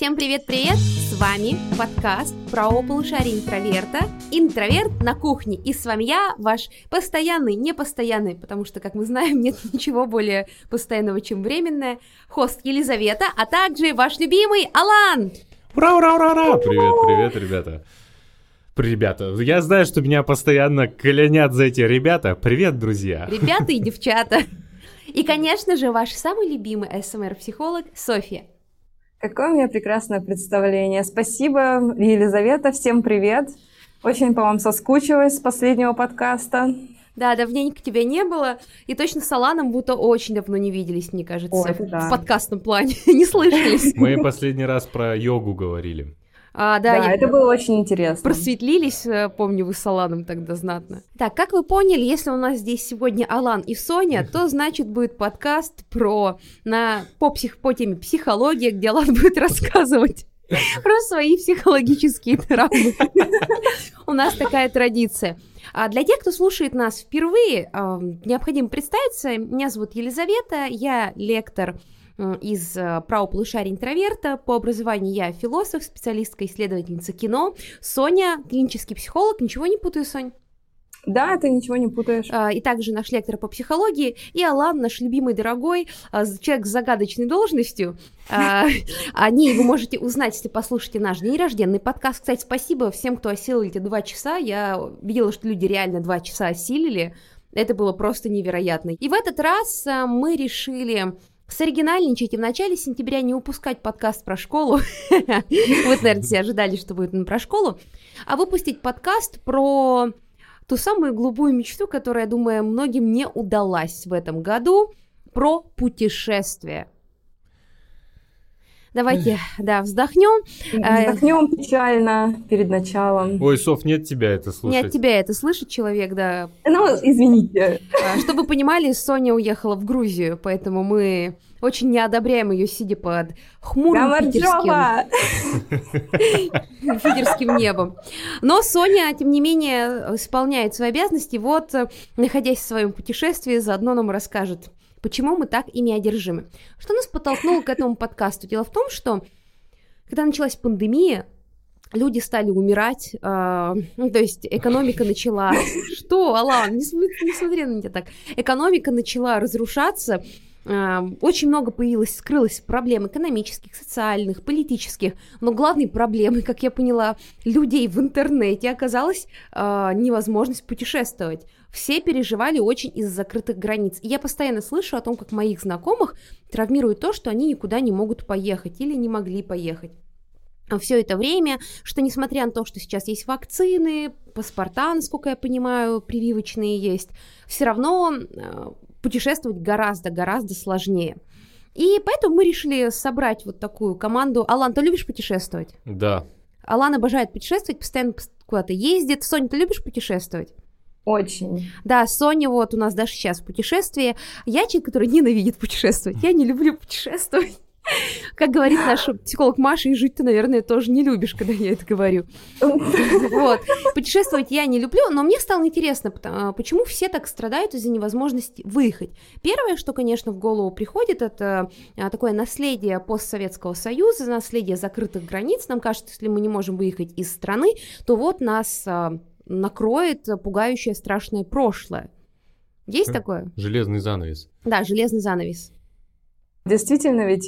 Всем привет-привет! С вами подкаст про полушарие интроверта «Интроверт на кухне». И с вами я, ваш постоянный, непостоянный, потому что, как мы знаем, нет ничего более постоянного, чем временное, хост Елизавета, а также ваш любимый Алан! Ура, ура, ура, ура! Привет, ребята. Ребята, я знаю, что меня постоянно клянят за эти ребята. Привет, друзья! Ребята и девчата! И, конечно же, ваш самый любимый СМР-психолог Софья. Какое у меня прекрасное представление. Спасибо, Елизавета. Всем привет. Очень по вам соскучилась с последнего подкаста. Да, давненько тебя не было. И точно с Аланом будто очень давно не виделись, мне кажется, в подкастном плане. Не слышались. Мы последний раз про йогу говорили. Да, это было очень интересно. Просветлились, помню, вы с Аланом тогда знатно. Так, как вы поняли, если у нас здесь сегодня Алан и Соня, то значит будет подкаст по теме психология, где Алан будет рассказывать про свои психологические травмы. У нас такая традиция. А для тех, кто слушает нас впервые, необходимо представиться. Меня зовут Елизавета, я лектор из правополушария интроверта. По образованию я философ, специалистка, исследовательница кино. Соня, клинический психолог. Ничего не путаю, Сонь? Да, ты ничего не путаешь. И также наш лектор по психологии. И Алан, наш любимый, дорогой, человек с загадочной должностью. О ней вы можете узнать, если послушаете наш день рожденный подкаст. Кстати, спасибо всем, кто осилил эти 2 часа. Я видела, что люди реально 2 часа осилили. Это было просто невероятно. И в этот раз мы решили соригинальничать и в начале сентября не упускать подкаст про школу. Вы, наверное, все ожидали, что будет про школу. А выпустить подкаст про ту самую голубую мечту, которая, я думаю, многим не удалась в этом году, про путешествия. Давайте, вздохнем. Вздохнем печально перед началом. Ой, Соф, нет тебя это слушать. Нет тебя это слышит человек, да. Ну, извините. Чтобы вы понимали, Соня уехала в Грузию, поэтому мы очень не одобряем ее, сидя под хмурым питерским небом. Но Соня, тем не менее, исполняет свои обязанности. Вот, находясь в своем путешествии, заодно нам расскажет, почему мы так ими одержимы. Что нас подтолкнуло к этому подкасту? Дело в том, что когда началась пандемия, люди стали умирать, то есть экономика начала... Что, Алан, не смотри на меня так. Экономика начала разрушаться, очень много скрылось проблем экономических, социальных, политических, но главной проблемой, как я поняла, людей в интернете оказалась невозможность путешествовать. Все переживали очень из-за закрытых границ. И я постоянно слышу о том, как моих знакомых травмирует то, что они никуда не могут поехать или не могли поехать. Все это время, что несмотря на то, что сейчас есть вакцины, паспорта, насколько я понимаю, прививочные есть, все равно путешествовать гораздо сложнее. И поэтому мы решили собрать вот такую команду. Алан, ты любишь путешествовать? Да. Алан обожает путешествовать, постоянно куда-то ездит. Соня, ты любишь путешествовать? Очень. Да, Соня вот у нас даже сейчас в путешествии. Я человек, который ненавидит путешествовать. Я не люблю путешествовать. Как говорит наш психолог Маша, и жить ты, наверное, тоже не любишь, когда я это говорю. Вот. Путешествовать я не люблю, но мне стало интересно, почему все так страдают из-за невозможности выехать. Первое, что, конечно, в голову приходит, это такое наследие постсоветского союза, наследие закрытых границ. Нам кажется, если мы не можем выехать из страны, то вот нас накроет пугающее страшное прошлое. Есть такое? Железный занавес. Да, железный занавес. Действительно, ведь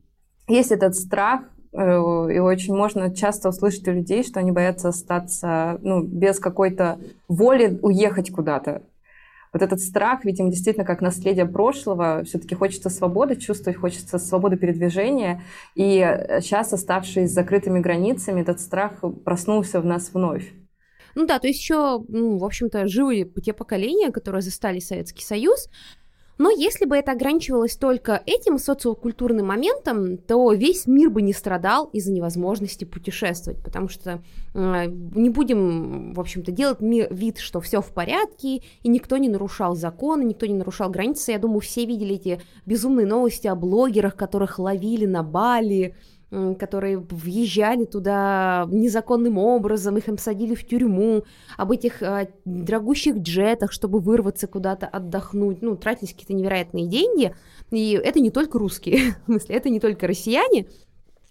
есть этот страх, и очень можно часто услышать у людей, что они боятся остаться, без какой-то воли уехать куда-то. Вот этот страх, ведь им действительно как наследие прошлого, все-таки хочется свободы чувствовать, хочется свободы передвижения, и сейчас, оставшись с закрытыми границами, этот страх проснулся в нас вновь. Ну да, то есть еще, в общем-то, живы те поколения, которые застали Советский Союз. Но если бы это ограничивалось только этим социокультурным моментом, то весь мир бы не страдал из-за невозможности путешествовать, потому что не будем, в общем-то, делать вид, что все в порядке, и никто не нарушал законы, никто не нарушал границы. Я думаю, все видели эти безумные новости о блогерах, которых ловили на Бали, которые въезжали туда незаконным образом, их садили в тюрьму, об этих дорогущих джетах, чтобы вырваться куда-то, отдохнуть, тратились какие-то невероятные деньги, и это не только русские, в смысле, это не только россияне,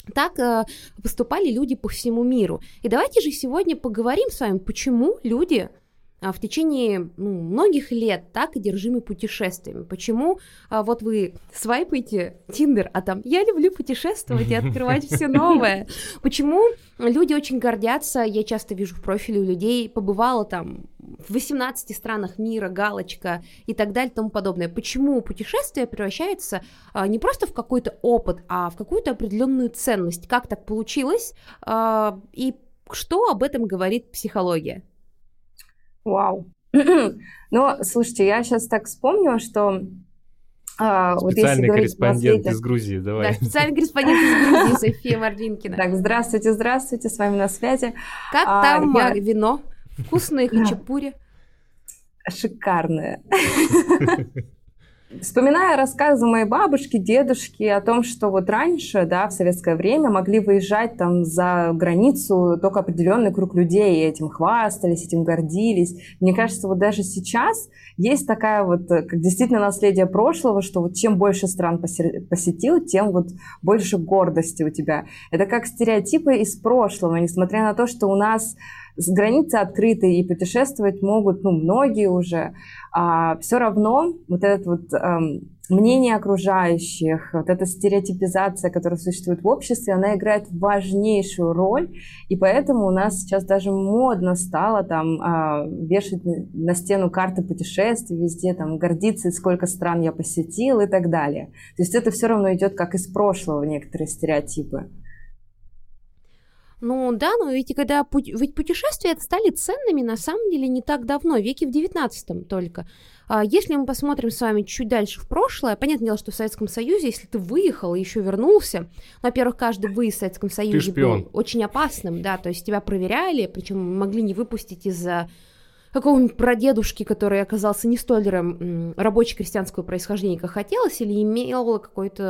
Так поступали люди по всему миру. И давайте же сегодня поговорим с вами, почему люди в течение многих лет так одержимы путешествиями. Почему вот вы свайпаете Тиндер, а там «я люблю путешествовать и открывать все новое». Почему люди очень гордятся, я часто вижу в профиле у людей, побывала там в 18 странах мира, галочка и так далее и тому подобное. Почему путешествия превращаются не просто в какой-то опыт, а в какую-то определенную ценность? Как так получилось? И что об этом говорит психология? Вау. Ну, слушайте, я сейчас так вспомнила, что... Специальный корреспондент из Грузии, давай. Да, специальный корреспондент из Грузии, София Марлинкина. Так, здравствуйте, с вами на связи. Как там вино? Вкусное хачапури? Шикарное. Вспоминая рассказы моей бабушки, дедушки о том, что вот раньше, да, в советское время могли выезжать там за границу только определенный круг людей, и этим хвастались, этим гордились. Мне кажется, вот даже сейчас есть такая вот, как действительно наследие прошлого, что вот чем больше стран посетил, тем вот больше гордости у тебя. Это как стереотипы из прошлого, несмотря на то, что у нас границы открыты и путешествовать могут, многие уже, все равно вот это вот мнение окружающих, вот эта стереотипизация, которая существует в обществе, она играет важнейшую роль, и поэтому у нас сейчас даже модно стало там вешать на стену карты путешествий, везде там гордиться, сколько стран я посетил и так далее. То есть это все равно идет как из прошлого, некоторые стереотипы. Ну да, но ведь ведь путешествия стали ценными на самом деле не так давно, веке в 19-м только. Если мы посмотрим с вами чуть дальше в прошлое, понятное дело, что в Советском Союзе, если ты выехал и еще вернулся, во-первых, каждый выезд в Советском Союзе был очень опасным, да, то есть тебя проверяли, причем могли не выпустить из-за какого-нибудь прадедушки, который оказался не столером рабоче-крестьянского происхождения, как хотелось, или имел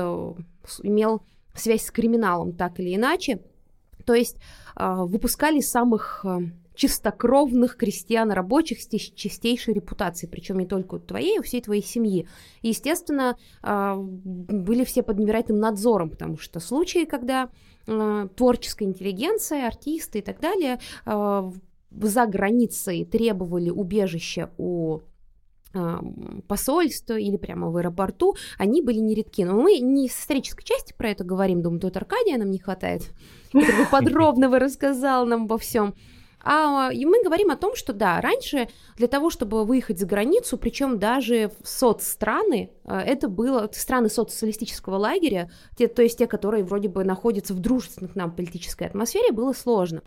связь с криминалом, так или иначе. То есть выпускали самых чистокровных крестьян рабочих с чистейшей репутацией, причем не только у твоей, а у всей твоей семьи. И, естественно, были все под невероятным надзором, потому что случаи, когда творческая интеллигенция, артисты и так далее за границей требовали убежища у посольства или прямо в аэропорту, они были нередки. Но мы не с исторической части про это говорим, думаю, тут Аркадия нам не хватает, который подробно бы рассказал нам обо всем. И мы говорим о том, что да, раньше для того, чтобы выехать за границу, причем даже в соцстраны, это было страны социалистического лагеря, то есть те, которые вроде бы находятся в дружественной к нам политической атмосфере, было сложно.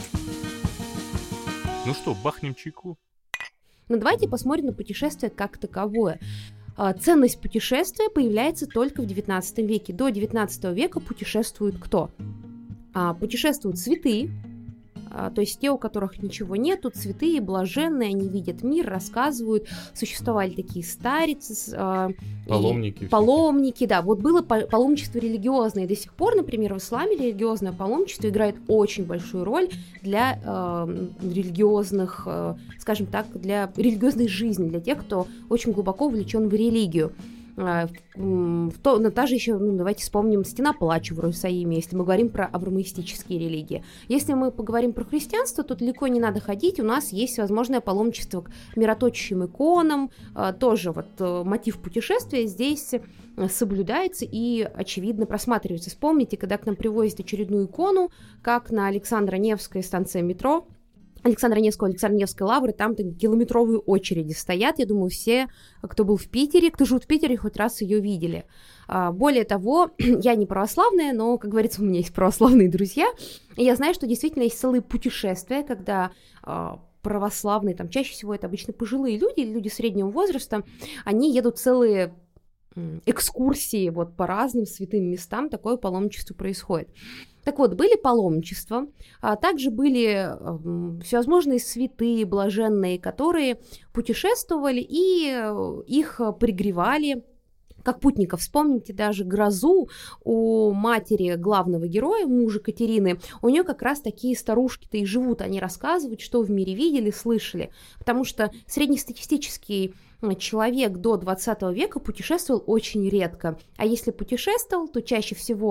Ну что, бахнем чайку? Но давайте посмотрим на путешествие как таковое. Ценность путешествия появляется только в XIX веке. До XIX века путешествуют кто? Путешествуют святые, то есть те, у которых ничего нету, святые, блаженные, они видят мир, рассказывают. Существовали такие старицы, паломники, да. Вот было паломничество религиозное, и до сих пор, например, в исламе религиозное паломничество играет очень большую роль для религиозных, скажем так, для религиозной жизни, для тех, кто очень глубоко увлечен в религию. Та же еще, давайте вспомним «Стена плача» в Иерусалиме, если мы говорим про авраамистические религии. Если мы поговорим про христианство, то далеко не надо ходить, у нас есть возможное паломничество к мироточащим иконам, тоже вот мотив путешествия здесь соблюдается и, очевидно, просматривается. Вспомните, когда к нам привозят очередную икону, как на Александра Невской станции метро, Александра Невской лавры, там километровые очереди стоят. Я думаю, все, кто был в Питере, кто живет в Питере, хоть раз ее видели. Более того, я не православная, но, как говорится, у меня есть православные друзья. И я знаю, что действительно есть целые путешествия, когда православные, там чаще всего это обычно пожилые люди или люди среднего возраста, они едут целые экскурсии вот по разным святым местам, такое паломничество происходит. Так вот, были паломничества, а также были всевозможные святые, блаженные, которые путешествовали и их пригревали как путников. Вспомните даже «Грозу» у матери главного героя, мужа Катерины. У нее как раз такие старушки-то и живут, они рассказывают, что в мире видели, слышали. Потому что среднестатистический человек до 20 века путешествовал очень редко. А если путешествовал, то чаще всего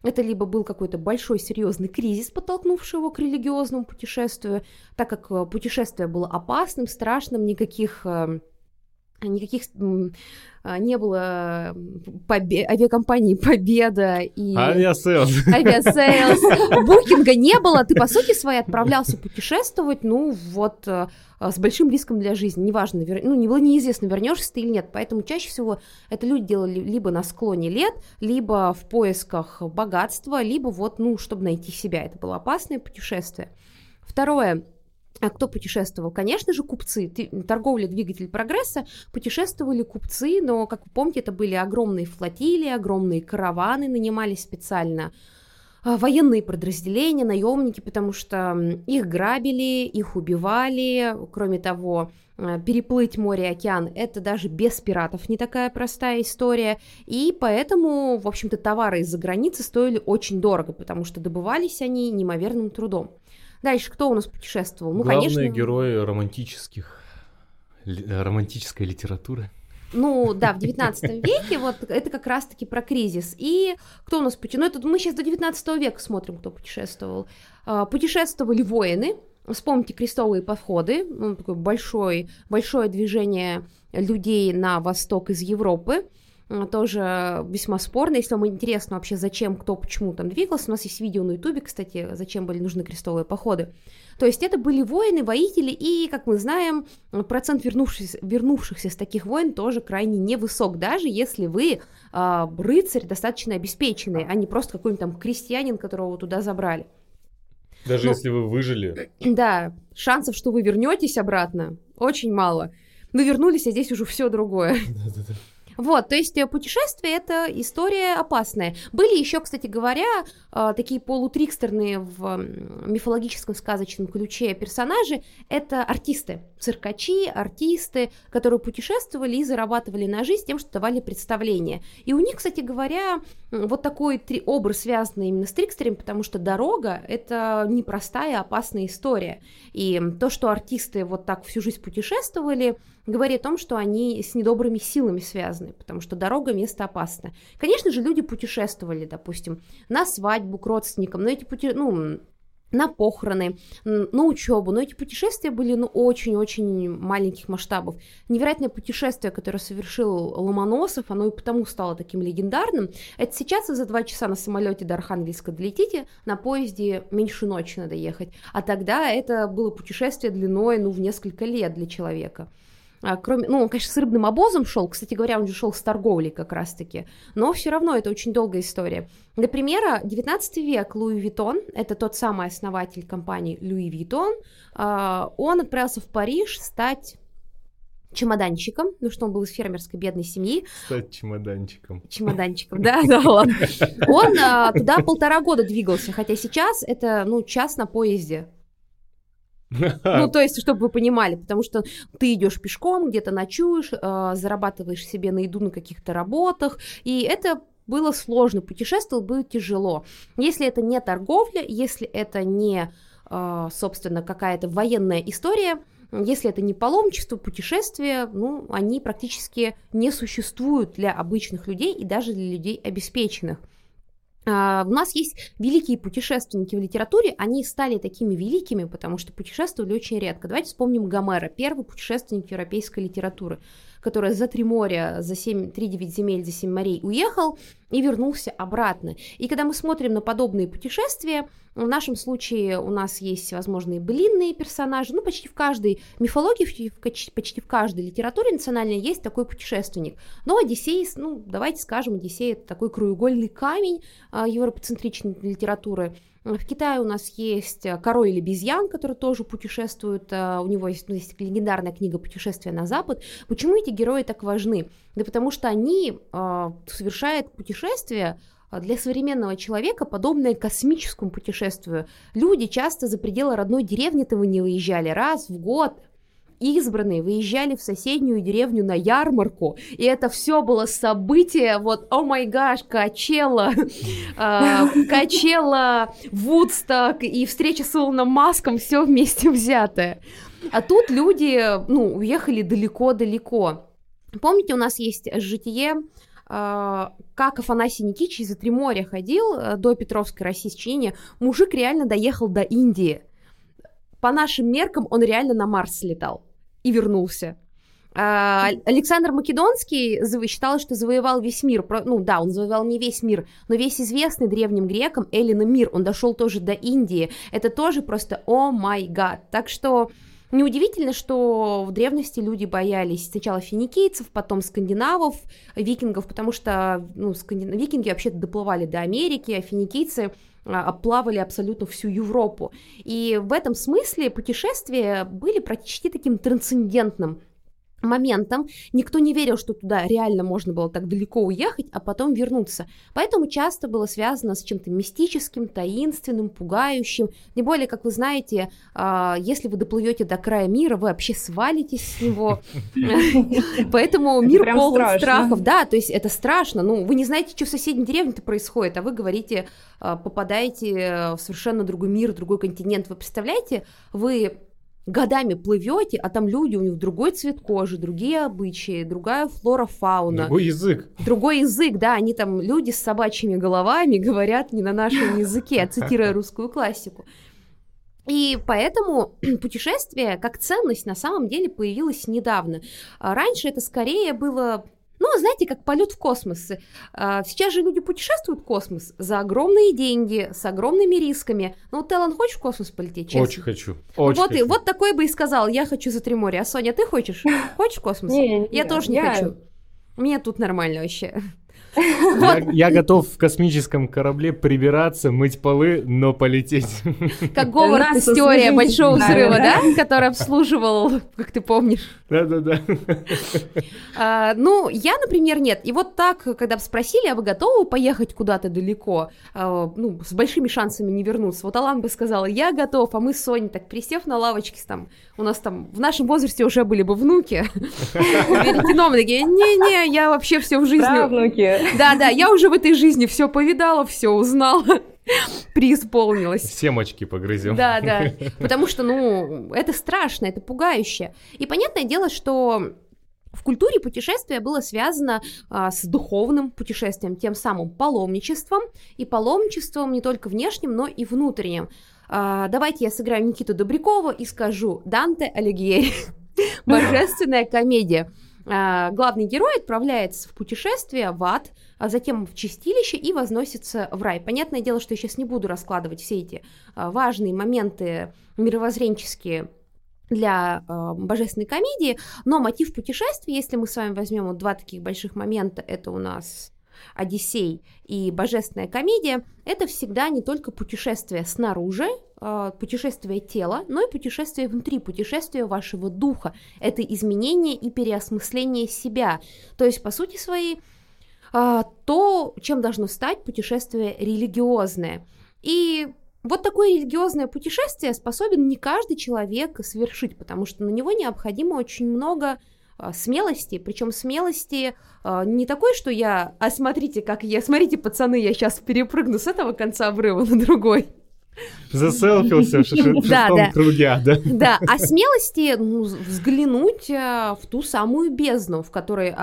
Это либо был какой-то большой серьезный кризис, подтолкнувший его к религиозному путешествию, так как путешествие было опасным, страшным, никаких не было авиакомпании «Победа» и авиасейлс, букинга не было, ты, по сути своей, отправлялся путешествовать, с большим риском для жизни, неважно, не было неизвестно, вернешься ты или нет, поэтому чаще всего это люди делали либо на склоне лет, либо в поисках богатства, либо чтобы найти себя, это было опасное путешествие. Второе. А кто путешествовал? Конечно же, купцы. Торговля – двигатель прогресса. Путешествовали купцы, но, как вы помните, это были огромные флотилии, огромные караваны, нанимались специально военные подразделения, наемники, потому что их грабили, их убивали. Кроме того, переплыть море и океан – это даже без пиратов не такая простая история. И поэтому, в общем-то, товары из-за границы стоили очень дорого, потому что добывались они неимоверным трудом. Дальше, кто у нас путешествовал? Главные герои романтической литературы. В 19 веке это как раз-таки про кризис. И кто у нас путешествовал? Мы сейчас до 19 века смотрим, кто путешествовал. Путешествовали воины. Вспомните крестовые походы. Такое большое движение людей на восток из Европы. Тоже весьма спорно. Если вам интересно вообще, зачем, кто, почему там двигался, у нас есть видео на Ютубе, кстати, зачем были нужны крестовые походы. То есть это были воины, воители, и, как мы знаем, процент вернувшихся с таких войн тоже крайне невысок, даже если вы рыцарь достаточно обеспеченный, а не просто какой-нибудь там крестьянин, которого туда забрали. Даже если вы выжили. Да, шансов, что вы вернетесь обратно, очень мало. Вы вернулись, а здесь уже все другое. То есть путешествие – это история опасная. Были еще, кстати говоря, такие полутрикстерные в мифологическом сказочном ключе персонажи – это артисты, циркачи, артисты, которые путешествовали и зарабатывали на жизнь тем, что давали представления. И у них, кстати говоря, такой образ связан именно с трикстерами, потому что дорога – это непростая, опасная история. И то, что артисты так всю жизнь путешествовали, говорит о том, что они с недобрыми силами связаны, потому что дорога – место опасное. Конечно же, люди путешествовали, допустим, на свадьбу к родственникам, на похороны, на учебу, но эти путешествия были очень-очень маленьких масштабов. Невероятное путешествие, которое совершил Ломоносов, оно и потому стало таким легендарным. Это сейчас вы за 2 часа на самолете до Архангельска долетите, на поезде меньше ночи надо ехать, а тогда это было путешествие длиной в несколько лет для человека. Он, конечно, с рыбным обозом шел, кстати говоря, он же шел с торговлей как раз-таки, но все равно это очень долгая история. Для примера, 19 век, Луи Виттон, это тот самый основатель компании Луи Виттон, он отправился в Париж стать чемоданщиком, что он был из фермерской бедной семьи. Стать чемоданчиком. Да, ладно. Он туда 1,5 года двигался, хотя сейчас это, час на поезде. То есть, чтобы вы понимали, потому что ты идешь пешком, где-то ночуешь, зарабатываешь себе на еду на каких-то работах, и это было сложно, путешествовать было тяжело. Если это не торговля, если это не, собственно, какая-то военная история, если это не паломничество, путешествия, они практически не существуют для обычных людей и даже для людей обеспеченных. У нас есть великие путешественники в литературе, они стали такими великими, потому что путешествовали очень редко. Давайте вспомним Гомера, первый путешественник европейской литературы, который за 3 моря, за 3-9 земель, за 7 морей уехал и вернулся обратно. И когда мы смотрим на подобные путешествия, в нашем случае у нас есть возможные былинные персонажи, почти в каждой мифологии, почти в каждой литературе национальной есть такой путешественник. Но Одиссей, давайте скажем, Одиссей – это такой краеугольный камень европоцентричной литературы. В Китае у нас есть Король Лебезьян, который тоже путешествует, у него есть легендарная книга «Путешествие на Запад». Почему эти герои так важны? Да потому что они совершают путешествия для современного человека, подобное космическому путешествию. Люди часто за пределы родной деревни-то не выезжали раз в год. Избранные выезжали в соседнюю деревню на ярмарку, и это все было событие, о май гаш, Качелла, Вудсток и встреча с Илоном Маском, все вместе взятое. А тут люди, уехали далеко-далеко. Помните, у нас есть житие как Афанасий Никитич из-за Триморья ходил до Петровской России сочинения, мужик реально доехал до Индии. По нашим меркам он реально на Марс слетал и вернулся. Александр Македонский считал, что завоевал весь мир. Ну да, он завоевал не весь мир, но весь известный древним грекам Эллин мир. Он дошел тоже до Индии. Это тоже просто о май гад. Так что неудивительно, что в древности люди боялись сначала финикийцев, потом скандинавов, викингов, потому что викинги вообще-то доплывали до Америки, а финикийцы обплавали абсолютно всю Европу. И в этом смысле путешествия были почти таким трансцендентным моментом. Никто не верил, что туда реально можно было так далеко уехать, а потом вернуться. Поэтому часто было связано с чем-то мистическим, таинственным, пугающим. Тем более, как вы знаете, если вы доплывете до края мира, вы вообще свалитесь с него. Поэтому мир полон страхов. Да, то есть это страшно. Ну, вы не знаете, что в соседней деревне-то происходит, а вы говорите, попадаете в совершенно другой мир, другой континент. Вы представляете, вы годами плывете, а там люди, у них другой цвет кожи, другие обычаи, другая флора, фауна. Другой язык. Другой язык, да, они там, люди с собачьими головами говорят не на нашем языке, цитируя русскую классику. И поэтому путешествие как ценность на самом деле появилось недавно. Раньше это скорее было... Ну, знаете, как полет в космос. Сейчас же люди путешествуют в космос за огромные деньги, с огромными рисками. Ну, Теллан, хочешь в космос полететь, честно? Очень хочу. Очень вот, хочу. Вот такой бы и сказал, я хочу за Триморье. А Соня, ты хочешь? Хочешь в космос? Я тоже не хочу. Мне тут нормально вообще. Я готов в космическом корабле прибираться, мыть полы, но полететь. Как Говард из теории Большого взрыва, да? Который обслуживал, как ты помнишь. Да-да-да. Ну, я, например, нет. И вот так, когда спросили, а вы готовы поехать куда-то далеко, с большими шансами не вернуться? Вот Алан бы сказал, я готов, а мы с Соней, так присев на лавочке, там, у нас там в нашем возрасте уже были бы внуки. Верите, мы такие, не-не, я вообще все в жизни... Правнуки. Да-да, я уже в этой жизни все повидала, все узнала, преисполнилась. Семечки погрызем. Да, потому что, это страшно, это пугающе. И понятное дело, что в культуре путешествия было связано с духовным путешествием, тем самым паломничеством, и паломничеством не только внешним, но и внутренним. Давайте я сыграю Никиту Добрякова и скажу «Данте Алигьери», божественная комедия. Главный герой отправляется в путешествие в ад, а затем в чистилище и возносится в рай. Понятное дело, что я сейчас не буду раскладывать все эти важные моменты мировоззренческие для божественной комедии, но мотив путешествия, если мы с вами возьмем вот два таких больших момента, это у нас Одиссей и божественная комедия, это всегда не только путешествие снаружи, путешествие тела, но и путешествие внутри, путешествие вашего духа. Это изменение и переосмысление себя. То есть, по сути своей, то, чем должно стать путешествие религиозное. И вот такое религиозное путешествие способен не каждый человек совершить, потому что на него необходимо очень много смелости, причем смелости не такой, что смотрите, смотрите, пацаны, я сейчас перепрыгну с этого конца обрыва на другой. Заселфился в шестом круге, да? Да, а смелости взглянуть в ту самую бездну, в которую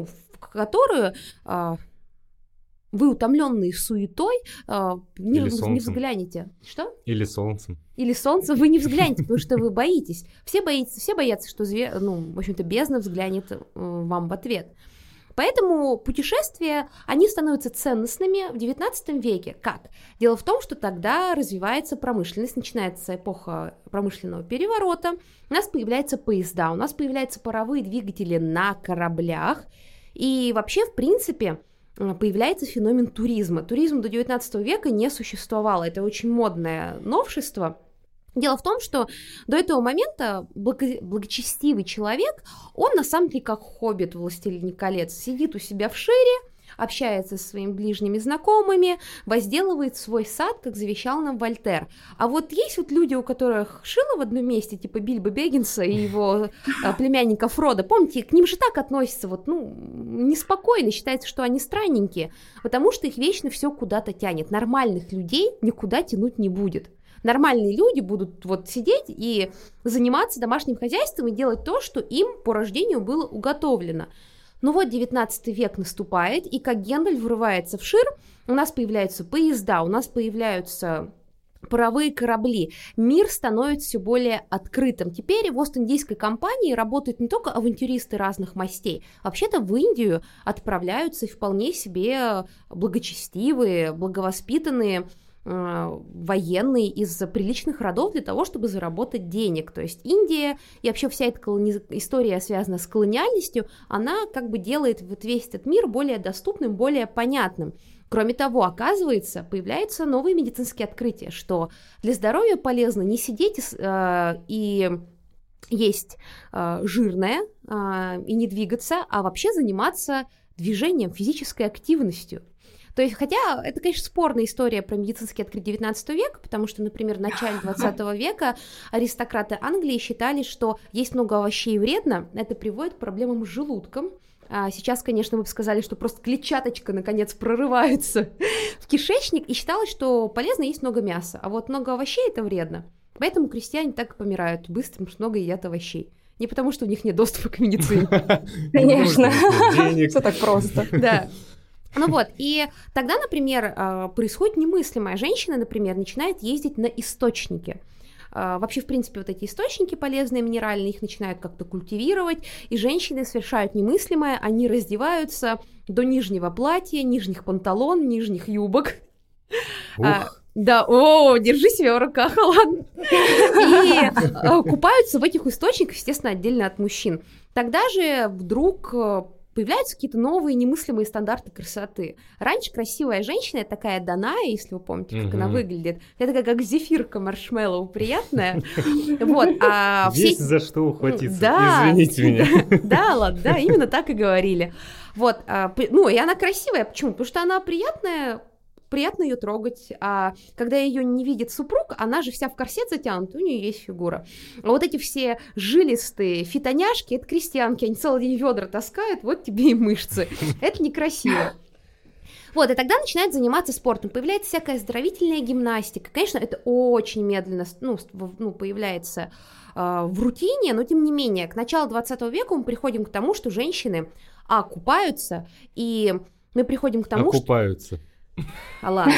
вы, утомленные суетой, не взглянете. Что? Или солнцем. Или солнцем вы не взглянете, потому что вы боитесь. Все боятся, что в общем-то, бездна взглянет вам в ответ. Поэтому путешествия, они становятся ценностными в XIX веке. Как? Дело в том, что тогда развивается промышленность, начинается эпоха промышленного переворота, у нас появляются поезда, у нас появляются паровые двигатели на кораблях, и вообще, в принципе, появляется феномен туризма. Туризм до XIX века не существовало, это очень модное новшество. Дело в том, что до этого момента благочестивый человек, он на самом деле как хоббит в «Властелине колец», сидит у себя в шире, общается со своими ближними знакомыми, возделывает свой сад, как завещал нам Вольтер. А вот есть вот люди, у которых шило в одном месте, типа Бильбо Беггинса и его племянника Фрода, помните, к ним же так относятся, неспокойно, считается, что они странненькие, потому что их вечно все куда-то тянет. Нормальных людей никуда тянуть не будет. Нормальные люди будут сидеть и заниматься домашним хозяйством и делать то, что им по рождению было уготовлено. Ну вот 19 век наступает, и как Гендальф врывается в Шир, у нас появляются поезда, у нас появляются паровые корабли. Мир становится все более открытым. Теперь в Ост-Индийской компании работают не только авантюристы разных мастей. Вообще-то в Индию отправляются и вполне себе благочестивые, благовоспитанные военные из приличных родов для того, чтобы заработать денег. То есть Индия и вообще вся эта история, связанная с колониальностью, она как бы делает вот весь этот мир более доступным, более понятным. Кроме того, оказывается, появляются новые медицинские открытия, что для здоровья полезно не сидеть и есть жирное и не двигаться, а вообще заниматься движением, физической активностью. То есть, хотя это, конечно, спорная история про медицинские открытия 19 века, потому что, например, в начале 20 века аристократы Англии считали, что есть много овощей вредно, это приводит к проблемам с желудком. Сейчас, конечно, мы бы сказали, что просто клетчаточка, наконец, прорывается в кишечник, и считалось, что полезно есть много мяса, а вот много овощей – это вредно. Поэтому крестьяне так и помирают быстро, потому что много едят овощей. Не потому, что у них нет доступа к медицине. Конечно, все так просто. Да. Ну вот, и тогда, например, происходит немыслимое. Женщина, например, начинает ездить на источники. Вообще, в принципе, вот эти источники полезные, минеральные, их начинают как-то культивировать, и женщины совершают немыслимое, они раздеваются до нижнего платья, нижних панталон, нижних юбок. Да, держи себя в руках, ладно. И купаются в этих источниках, естественно, отдельно от мужчин. Тогда же вдруг появляются какие-то новые немыслимые стандарты красоты. Раньше красивая женщина, это такая Даная, если вы помните, как она выглядит. Это такая, как зефирка маршмеллоу, приятная. Вот, есть за что ухватиться, извините меня. Да, ладно, да, именно так и говорили. Вот, ну, и она красивая, почему? Потому что она приятная, приятно ее трогать, а когда ее не видит супруг, она же вся в корсет затянута, у нее есть фигура. А вот эти все жилистые фитоняшки, это крестьянки, они целый день ведра таскают, вот тебе и мышцы. Это некрасиво. Вот, и тогда начинают заниматься спортом, появляется всякая оздоровительная гимнастика. Конечно, это очень медленно появляется в рутине, но тем не менее, к началу 20 века мы приходим к тому, что женщины, купаются, и мы приходим к тому, Окупаются. Ладно.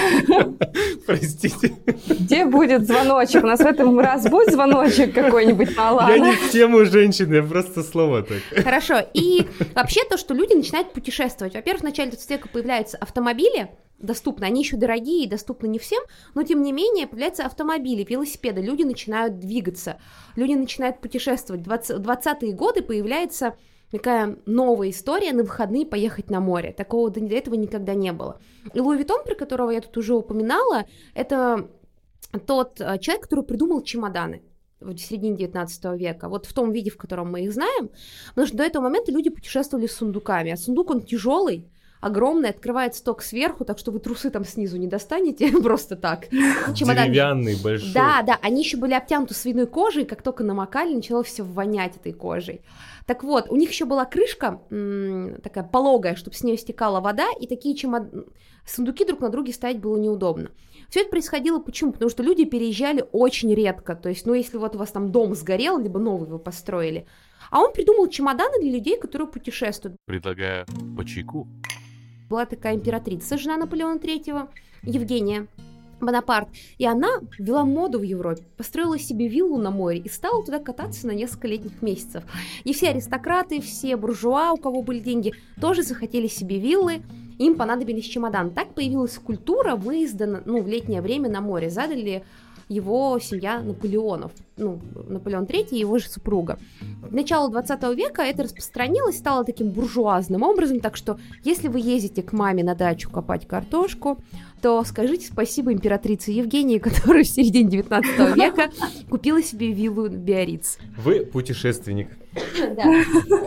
Простите. Где будет звоночек? У нас в этом раз будет звоночек какой-нибудь на Алана? Я не в тему женщины, я просто слово так. Хорошо. И вообще то, что люди начинают путешествовать. Во-первых, в начале 20 века появляются автомобили, доступны, они еще дорогие и доступны не всем, но тем не менее появляются автомобили, велосипеды, люди начинают двигаться, люди начинают путешествовать. В 20-е годы появляется такая новая история на выходные поехать на море. Такого до этого никогда не было. И Луи Виттон, про которого я тут уже упоминала, это тот человек, который придумал чемоданы в середине 19 века, вот в том виде, в котором мы их знаем, потому что до этого момента люди путешествовали с сундуками, а сундук, он тяжелый, огромный, открывает сток сверху, так что вы трусы там снизу не достанете просто так. Чемодан... Деревянный, большой. Да, они еще были обтянуты свиной кожей, как только намокали, начало все вонять этой кожей. Так вот, у них еще была крышка такая пологая, чтобы с нее стекала вода, и такие сундуки друг на друге ставить было неудобно. Все это происходило почему? Потому что люди переезжали очень редко, то есть, если вот у вас там дом сгорел, либо новый вы построили, а он придумал чемоданы для людей, которые путешествуют. Предлагаю по чайку. Была такая императрица, жена Наполеона III, Евгения Бонапарт, и она ввела моду в Европе, построила себе виллу на море и стала туда кататься на несколько летних месяцев. И все аристократы, все буржуа, у кого были деньги, тоже захотели себе виллы, им понадобились чемоданы. Так появилась культура выезда в летнее время на море, задали его семья Наполеонов, Наполеон III и его же супруга. К началу 20 века это распространилось, стало таким буржуазным образом, так что если вы ездите к маме на дачу копать картошку, то скажите спасибо императрице Евгении, которая в середине 19 века купила себе виллу в Биарриц. Вы путешественник. Да.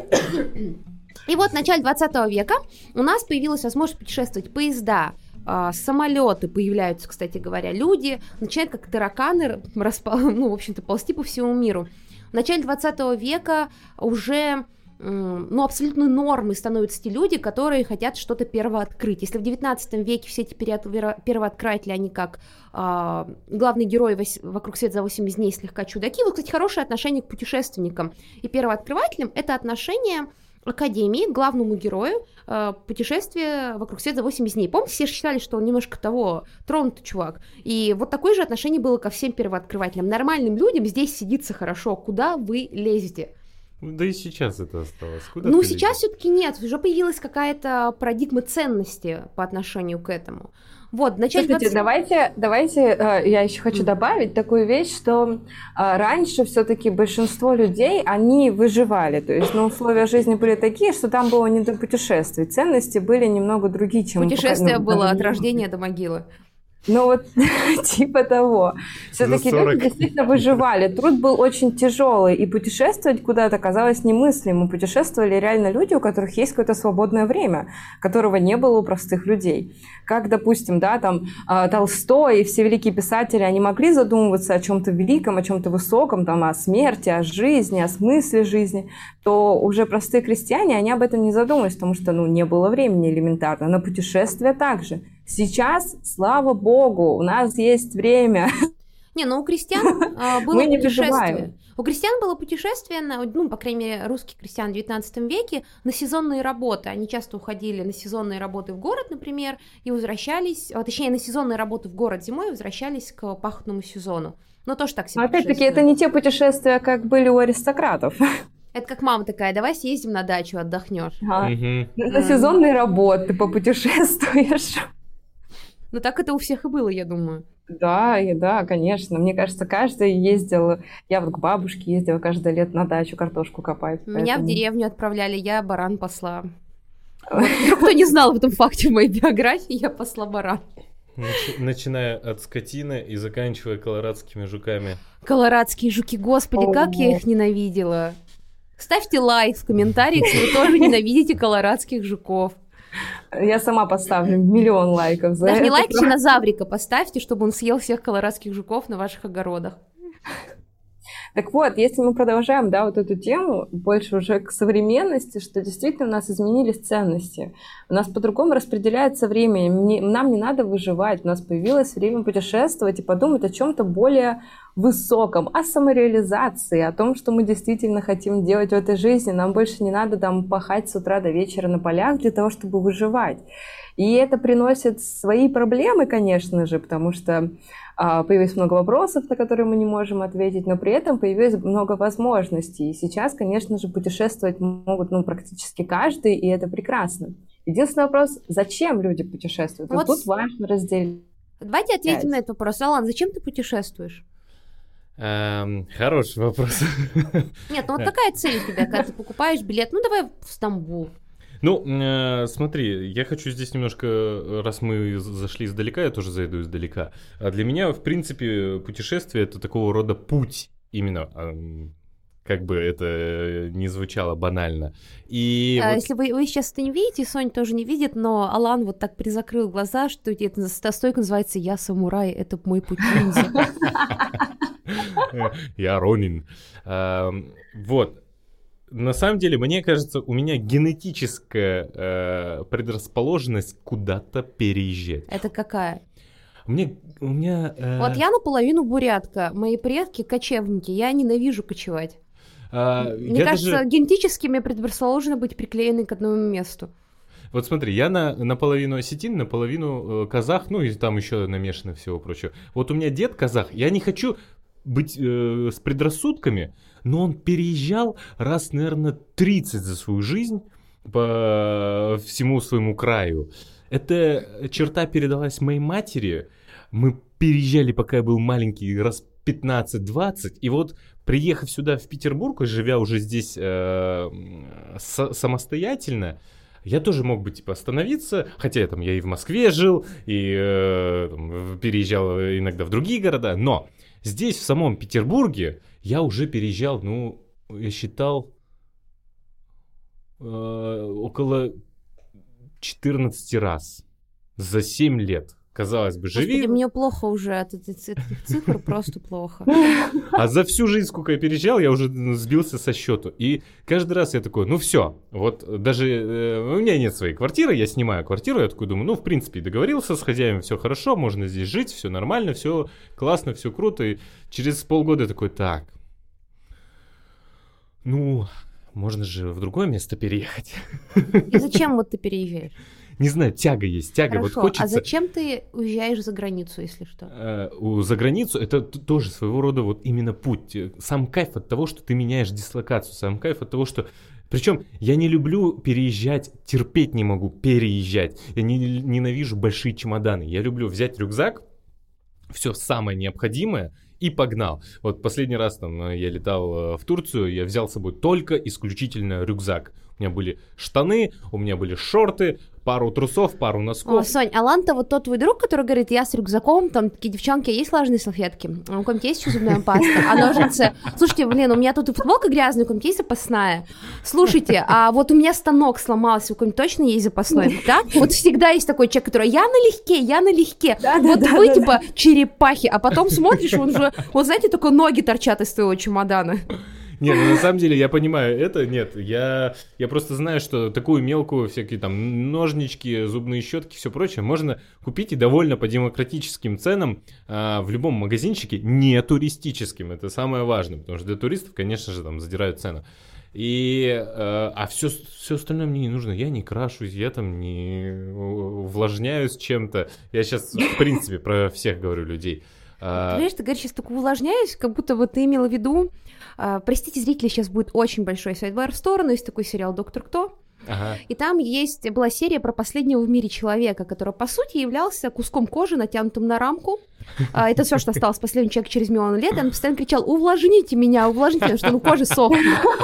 И вот в начале 20 века у нас появилась возможность путешествовать поезда, самолеты появляются, кстати говоря, люди начинают как тараканы, в общем-то, ползти по всему миру. В начале 20 века уже абсолютно нормой становятся те люди, которые хотят что-то первооткрыть. Если в 19 веке все эти первооткрыватели, они как главные герои «Вокруг света за 80 дней» слегка чудаки, вот, кстати, хорошее отношение к путешественникам и первооткрывателям – это отношение Академии к главному герою путешествие вокруг света за 80 дней. Помните, все считали, что он немножко тронутый чувак. И вот такое же отношение было ко всем первооткрывателям. Нормальным людям здесь сидится хорошо. Куда вы лезете? Да и сейчас это осталось. Куда Ну, ты сейчас лезешь? все-таки нет. Уже появилась какая-то парадигма ценности по отношению к этому. Вот, начать Слушайте, давайте, я еще хочу добавить такую вещь, что раньше все-таки большинство людей, они выживали, то есть, условия жизни были такие, что там было не до путешествий, ценности были немного другие, чем... Путешествие было от рождения до могилы. Ну вот типа того. Все-таки люди действительно выживали. Труд был очень тяжелый, и путешествовать куда-то казалось немыслимым. Путешествовали реально люди, у которых есть какое-то свободное время, которого не было у простых людей. Как, допустим, Толстой и все великие писатели, они могли задумываться о чем-то великом, о чем-то высоком, о смерти, о жизни, о смысле жизни, то уже простые крестьяне, они об этом не задумывались, потому что, не было времени элементарно. На путешествия также. Сейчас, слава богу, у нас есть время. У крестьян было Мы не путешествие. выживаем. У крестьян было путешествие, по крайней мере, русских крестьян в 19 веке, на сезонные работы. Они часто уходили на сезонные работы в город, например, и возвращались, точнее, на сезонные работы в город зимой и возвращались к пахотному сезону. Но тоже так себе. Но опять-таки, это не те путешествия, как были у аристократов. Это как мама такая: давай съездим на дачу, отдохнешь. На сезонные работы попутешествуешь. Так это у всех и было, я думаю. Да, конечно. Мне кажется, каждый ездил... Я к бабушке ездила каждое лето на дачу картошку копать. Меня в деревню отправляли, я баран пасла. Вдруг кто не знал об этом факте в моей биографии, я пасла баран. Начиная от скотины и заканчивая колорадскими жуками. Колорадские жуки, господи, как я их ненавидела. Ставьте лайк в комментариях, если вы тоже ненавидите колорадских жуков. Я сама поставлю 1 миллион лайков за Даже это. не лайкайте, на Заврика поставьте, чтобы он съел всех колорадских жуков на ваших огородах. Так вот, если мы продолжаем, вот эту тему, больше уже к современности, что действительно у нас изменились ценности. У нас по-другому распределяется время. Нам не надо выживать. У нас появилось время путешествовать и подумать о чем-то более высоком, о самореализации, о том, что мы действительно хотим делать в этой жизни. Нам больше не надо пахать с утра до вечера на полях для того, чтобы выживать. И это приносит свои проблемы, конечно же, потому что появилось много вопросов, на которые мы не можем ответить, но при этом появилось много возможностей. И сейчас, конечно же, путешествовать могут практически каждый, и это прекрасно. Единственный вопрос: зачем люди путешествуют? Вот тут важно разделить. Давайте ответим на этот вопрос. Алан, зачем ты путешествуешь? Хороший вопрос. Нет, какая цель у тебя, когда ты покупаешь билет? Давай в Стамбул. Смотри, я хочу здесь немножко, раз мы зашли издалека, я тоже зайду издалека. А для меня, в принципе, путешествие — это такого рода путь именно, как бы это ни звучало банально. И если вы сейчас это не видите, Соня тоже не видит, но Алан вот так призакрыл глаза, что эта стойка называется «Я самурай, это мой путь ниндзя». Я Ронин. Вот. На самом деле, мне кажется, у меня генетическая предрасположенность куда-то переезжать. Это какая? У меня... Вот я наполовину бурятка, мои предки кочевники, я ненавижу кочевать. Мне кажется, генетически мне предрасположено быть приклеенной к одному месту. Вот смотри, я наполовину осетин, наполовину казах, и там еще намешано всего прочего. Вот у меня дед казах, я не хочу быть с предрассудками, но он переезжал раз, наверное, 30 за свою жизнь по всему своему краю. Эта черта передалась моей матери. Мы переезжали, пока я был маленький, раз 15-20. И вот, приехав сюда, в Петербург, и живя уже здесь самостоятельно, я тоже мог бы остановиться, хотя я и в Москве жил, и переезжал иногда в другие города, но здесь, в самом Петербурге, я уже переезжал, я считал, около 14 раз за 7 лет. Казалось бы, живи. Господи, мне плохо уже от этих цифр, просто плохо. А за всю жизнь, сколько я переезжал, я уже сбился со счету. И каждый раз я такой, все, вот даже у меня нет своей квартиры, я снимаю квартиру, я такой думаю, в принципе, договорился с хозяином, все хорошо, можно здесь жить, все нормально, все классно, все круто. И через полгода я такой, можно же в другое место переехать. И зачем вот ты переезжаешь? Не знаю, тяга есть, тяга. Хорошо, Вот хочется... а зачем ты уезжаешь за границу, если что? За границу это тоже своего рода вот именно путь. Сам кайф от того, что ты меняешь дислокацию, сам кайф от того, что... Причем я не люблю переезжать, терпеть не могу переезжать. Я ненавижу большие чемоданы. Я люблю взять рюкзак, все самое необходимое, и погнал. Вот последний раз там я летал в Турцию, я взял с собой только исключительно рюкзак. У меня были штаны, у меня были шорты, пару трусов, пару носков. О, Сонь, а Ланта вот тот твой друг, который говорит, я с рюкзаком, там такие девчонки, есть влажные салфетки? А у кого-нибудь есть еще зубная паста? А ножницы? Слушайте, блин, у меня тут и футболка грязная, у кого-нибудь есть запасная? Слушайте, а вот у меня станок сломался, у кого-нибудь точно есть запасной? Да? Вот всегда есть такой человек, который, я налегке. Вот вы типа черепахи, а потом смотришь, он же, вот знаете, только ноги торчат из твоего чемодана. Нет, ну на самом деле я понимаю это, нет, я просто знаю, что такую мелкую, всякие там ножнички, зубные щетки, все прочее можно купить и довольно по демократическим ценам в любом магазинчике, не туристическим, это самое важное, потому что для туристов, конечно же, там задирают цену. А все остальное мне не нужно, я не крашусь, я там не увлажняюсь чем-то, я сейчас в принципе про всех говорю людей. Понимаешь, ты говоришь, сейчас только увлажняюсь, как будто вот ты имела в виду, простите, зрители, сейчас будет очень большой сайдбар в сторону, есть такой сериал «Доктор Кто?», и там была серия про последнего в мире человека, который, по сути, являлся куском кожи, натянутым на рамку. Это все, что осталось последнего человека через миллион лет, и он постоянно кричал: увлажните меня, потому что кожа сохнет.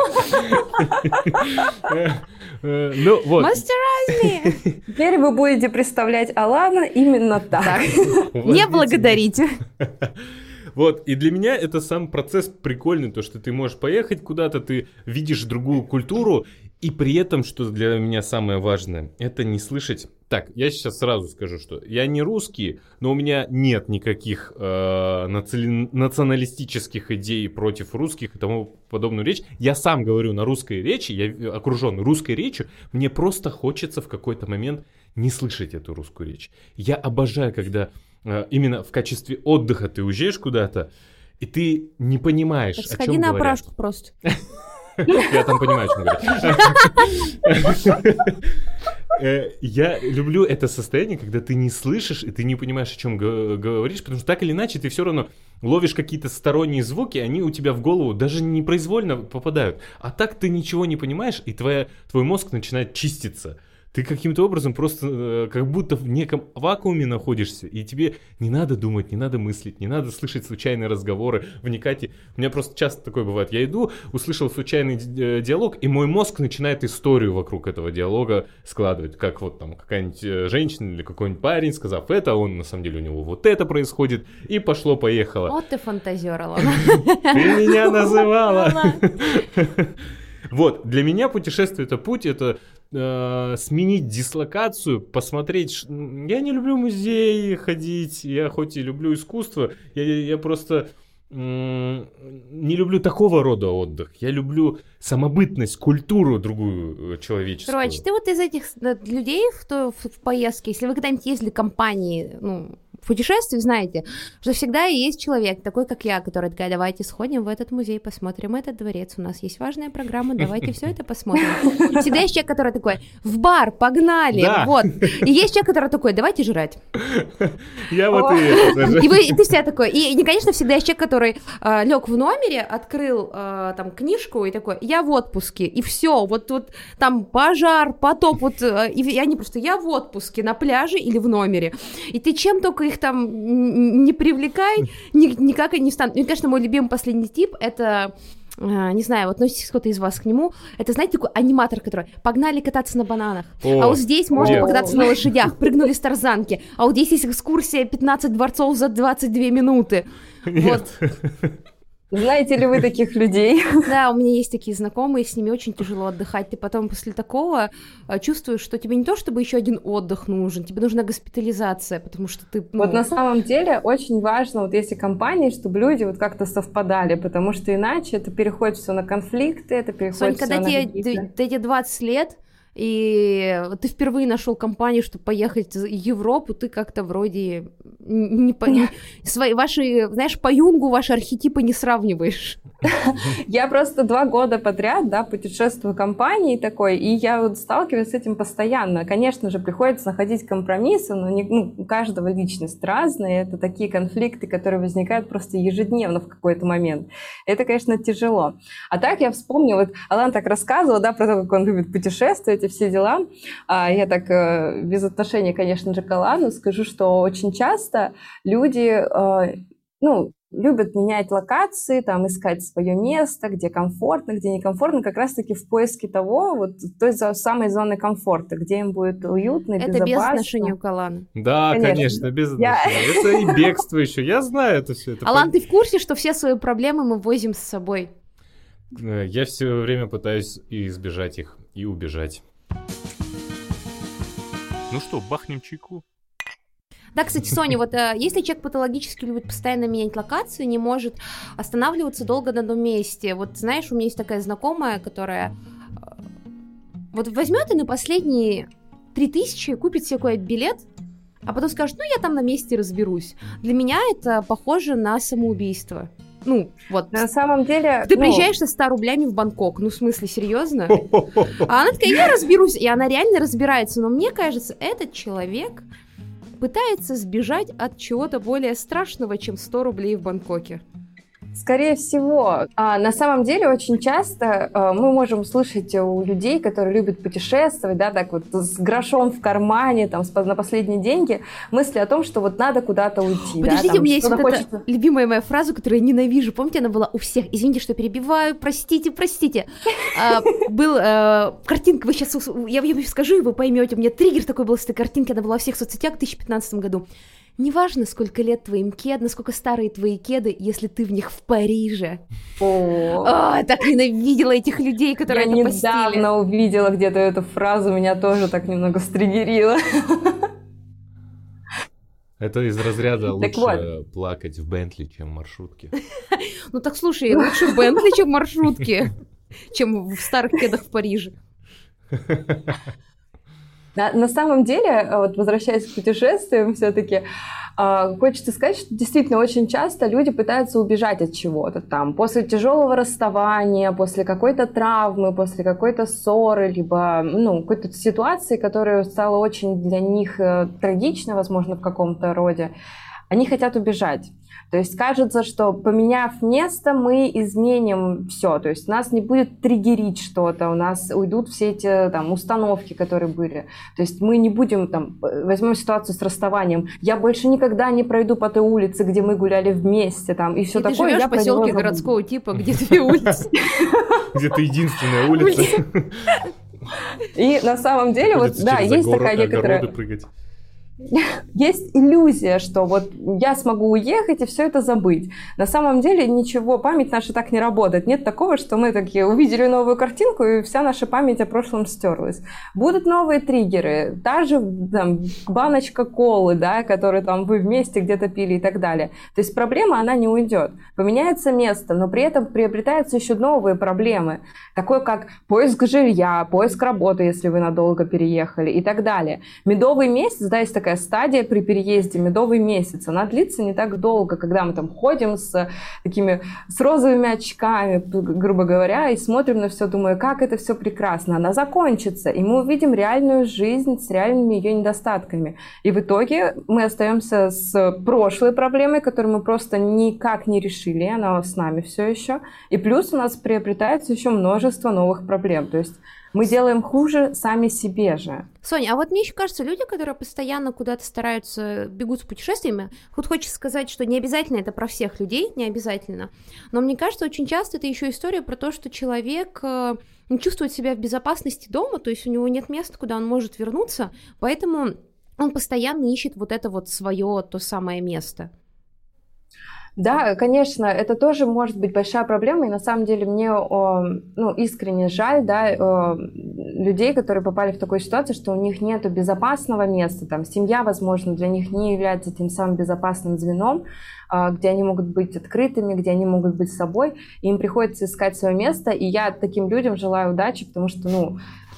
Мастер Азми! Теперь вы будете представлять Алана именно так. Не благодарите. Вот, и для меня это сам процесс прикольный, то, что ты можешь поехать куда-то, ты видишь другую культуру, и при этом, что для меня самое важное, это не слышать... Так, я сейчас сразу скажу, что я не русский, но у меня нет никаких националистических идей против русских и тому подобную речь. Я сам говорю на русской речи, я окружен русской речью, мне просто хочется в какой-то момент не слышать эту русскую речь. Я обожаю, когда именно в качестве отдыха ты уезжаешь куда-то, и ты не понимаешь, о чем говорят. Сходи на опрашку просто. Я там понимаю, о чем говорят. Я люблю это состояние, когда ты не слышишь и ты не понимаешь, о чем говоришь, потому что так или иначе ты все равно ловишь какие-то сторонние звуки, они у тебя в голову даже непроизвольно попадают. А так ты ничего не понимаешь, и твой мозг начинает чиститься. Ты каким-то образом просто как будто в неком вакууме находишься, и тебе не надо думать, не надо мыслить, не надо слышать случайные разговоры, вникать. У меня просто часто такое бывает. Я иду, услышал случайный диалог, и мой мозг начинает историю вокруг этого диалога складывать. Как вот там какая-нибудь женщина или какой-нибудь парень, сказав это, он на самом деле у него вот это происходит, и пошло-поехало. Вот ты фантазер, Алана. Ты меня называла. Вот, для меня путешествие — это путь, это сменить дислокацию, посмотреть. Я не люблю музеи ходить, я хоть и люблю искусство, я просто не люблю такого рода отдых. Я люблю самобытность, культуру другую человеческую. Короче, ты вот из этих людей, кто в поездке, если вы когда-нибудь ездили в компании, в путешествии, знаете, что всегда есть человек, такой как я, который такая: давайте сходим в этот музей, посмотрим этот дворец, у нас есть важная программа, давайте все это посмотрим. Всегда есть человек, который такой: в бар, погнали, вот. И есть человек, который такой: давайте жрать. Я вот и это. И ты всегда такой. И, конечно, всегда есть человек, который лег в номере, открыл там книжку и такой: я в отпуске, и все, вот там пожар, потоп, и они просто: я в отпуске, на пляже или в номере. И ты чем только их там не привлекай, никак они не встанут. И, конечно, мой любимый последний тип — это, не знаю, вот относитесь кто-то из вас к нему, это, знаете, такой аниматор, который: погнали кататься на бананах, а вот здесь можно покататься на лошадях, прыгнули с тарзанки, а вот здесь есть экскурсия 15 дворцов за 22 минуты. Нет. Вот. Знаете ли вы таких людей? Да, у меня есть такие знакомые, с ними очень тяжело отдыхать. Ты потом после такого чувствуешь, что тебе не то чтобы еще один отдых нужен, тебе нужна госпитализация, потому что ты... Вот на самом деле очень важно, вот если компании, чтобы люди вот как-то совпадали, потому что иначе это переходит все на конфликты, это переходит Сонь, все на когда тебе 20 лет, и ты впервые нашел компанию, чтобы поехать в Европу, ты как-то вроде ваши, знаешь, по Юнгу ваши архетипы не сравниваешь. Я просто 2 года подряд, да, путешествую компанией такой, и я вот сталкиваюсь с этим постоянно. Конечно же, приходится находить компромиссы, но у каждого личность разная, это такие конфликты, которые возникают просто ежедневно в какой-то момент. Это, конечно, тяжело. А так я вспомнила, вот Алан так рассказывал, да, про то, как он любит путешествовать и все дела. Я так без отношения, конечно же, к Алану скажу, что очень часто люди, любят менять локации, там, искать свое место, где комфортно, где некомфортно, как раз-таки в поиске того, вот той самой зоны комфорта, где им будет уютно, это безопасно. Это без отношения к Алану. Да, конечно, без отношения. Это и бегство еще, я знаю это все. Алан, ты в курсе, что все свои проблемы мы возим с собой? Я все время пытаюсь избежать их и убежать. Ну что, бахнем чайку? Да, кстати, Соня, вот если человек патологически любит постоянно менять локацию, не может останавливаться долго на одном месте, вот знаешь, у меня есть такая знакомая, которая вот возьмет и на последние 3000 купит себе какой-то билет, а потом скажет, я там на месте разберусь. Для меня это похоже на самоубийство. Вот. На самом деле... Ты приезжаешь со 100 рублями в Бангкок, в смысле, серьезно? А она такая, я разберусь, и она реально разбирается, но мне кажется, этот человек пытается сбежать от чего-то более страшного, чем 100 рублей в Бангкоке. Скорее всего. На самом деле очень часто мы можем услышать у людей, которые любят путешествовать, да, так вот с грошом в кармане, там, на последние деньги, мысли о том, что вот надо куда-то уйти. Подождите, да, у меня есть вот эта любимая моя фраза, которую я ненавижу. Помните, она была у всех? Извините, что перебиваю, простите. Был картинка, вы сейчас, я вам скажу, и вы поймете. У меня триггер такой был с этой картинки, она была во всех соцсетях в 2015 году. Неважно, сколько лет твоим кедам, насколько старые твои кеды, если ты в них в Париже. Я так ненавидела этих людей, которые это постили. Я недавно увидела где-то эту фразу, меня тоже так немного стриггерило. Это из разряда лучше плакать в Бентли, чем в маршрутке. Ну так слушай, лучше в Бентли, чем в маршрутке, чем в старых кедах в Париже. На самом деле, вот возвращаясь к путешествиям, все-таки хочется сказать, что действительно очень часто люди пытаются убежать от чего-то там. После тяжелого расставания, после какой-то травмы, после какой-то ссоры, либо какой-то ситуации, которая стала очень для них трагичной, возможно, в каком-то роде, они хотят убежать. То есть кажется, что поменяв место, мы изменим все. То есть нас не будет триггерить что-то, у нас уйдут все эти установки, которые были. То есть мы не будем, возьмем ситуацию с расставанием. Я больше никогда не пройду по той улице, где мы гуляли вместе, и все такое. Ты живешь в поселке городского типа, где 2 улицы. Где-то единственная улица. И на самом деле, есть такая некоторая... Есть иллюзия, что вот я смогу уехать и все это забыть. На самом деле ничего, память наша так не работает. Нет такого, что мы такие увидели новую картинку, и вся наша память о прошлом стерлась. Будут новые триггеры, та же баночка колы, да, которую вы вместе где-то пили и так далее. То есть проблема, она не уйдет. Поменяется место, но при этом приобретаются еще новые проблемы. Такое как поиск жилья, поиск работы, если вы надолго переехали и так далее. Медовый месяц, да, есть такая стадия при переезде, медовый месяц, она длится не так долго, когда мы ходим с розовыми очками, грубо говоря, и смотрим на все, думая, как это все прекрасно. Она закончится, и мы увидим реальную жизнь с реальными ее недостатками. И в итоге мы остаемся с прошлой проблемой, которую мы просто никак не решили, она с нами все еще. И плюс у нас приобретается еще множество новых проблем. То есть мы делаем хуже сами себе же. Соня, а вот мне еще кажется, люди, которые постоянно куда-то стараются, бегут с путешествиями, тут хочется сказать, что не обязательно это про всех людей, не обязательно, но мне кажется, очень часто это еще история про то, что человек не чувствует себя в безопасности дома, то есть у него нет места, куда он может вернуться, поэтому он постоянно ищет вот это вот свое, то самое место. Да, конечно, это тоже может быть большая проблема, и на самом деле мне искренне жаль, да, людей, которые попали в такую ситуацию, что у них нет безопасного места, семья, возможно, для них не является тем самым безопасным звеном, где они могут быть открытыми, где они могут быть собой, и им приходится искать свое место, и я таким людям желаю удачи, потому что,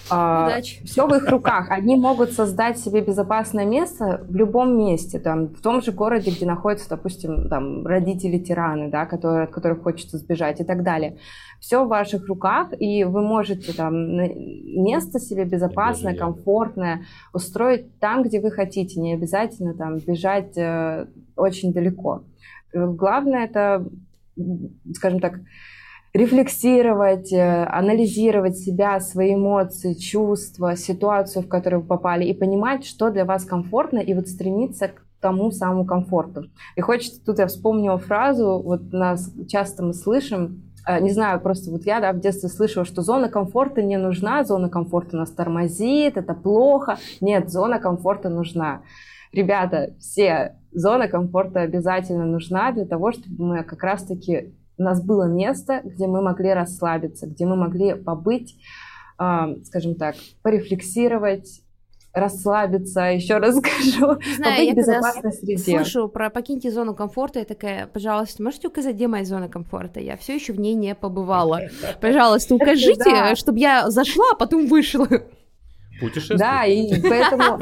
Удачи. Все в их руках. Они могут создать себе безопасное место в любом месте, там, в том же городе, где находятся, допустим, там, родители-тираны, да, от которых хочется сбежать и так далее. Все в ваших руках, и вы можете там место себе безопасное, комфортное устроить там, где вы хотите, не обязательно там бежать очень далеко. Главное это, скажем так, рефлексировать, анализировать себя, свои эмоции, чувства, ситуацию, в которую вы попали, и понимать, что для вас комфортно, и вот стремиться к тому самому комфорту. И хочется, тут я вспомнила фразу, вот нас часто мы слышим, не знаю, просто вот я, да, в детстве слышала, что зона комфорта не нужна, зона комфорта нас тормозит, это плохо. Нет, зона комфорта нужна. Ребята, все, зона комфорта обязательно нужна для того, чтобы мы как раз-таки у нас было место, где мы могли расслабиться, где мы могли побыть, скажем так, порефлексировать, расслабиться, еще раз скажу, побыть в безопасной среде. Слышу про покиньте зону комфорта, я такая, пожалуйста, можете указать, где моя зона комфорта? Я все еще в ней не побывала. Пожалуйста, укажите, чтобы я зашла, а потом вышла. Путешествие. Да, и поэтому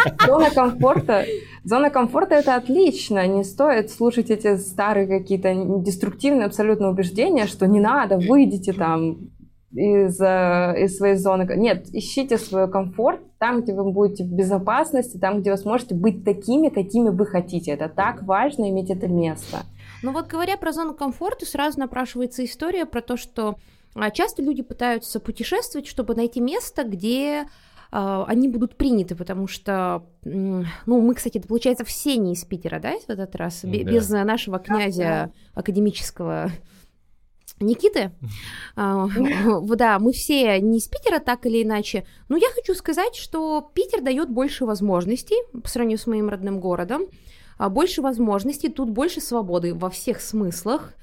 зона комфорта это отлично, не стоит слушать эти старые какие-то деструктивные абсолютно убеждения, что не надо, выйдите там из своей зоны. Нет, ищите свой комфорт там, где вы будете в безопасности, там, где вы сможете быть такими, какими вы хотите. Это так важно иметь это место. Ну вот говоря про зону комфорта, сразу напрашивается история про то, что часто люди пытаются путешествовать, чтобы найти место, где они будут приняты, потому что, ну, мы, кстати, это, получается, все не из Питера, да, в этот раз, без нашего князя академического Никиты. Да, мы все не из Питера, так или иначе. Но я хочу сказать, что Питер дает больше возможностей по сравнению с моим родным городом, больше возможностей, тут больше свободы во всех смыслах,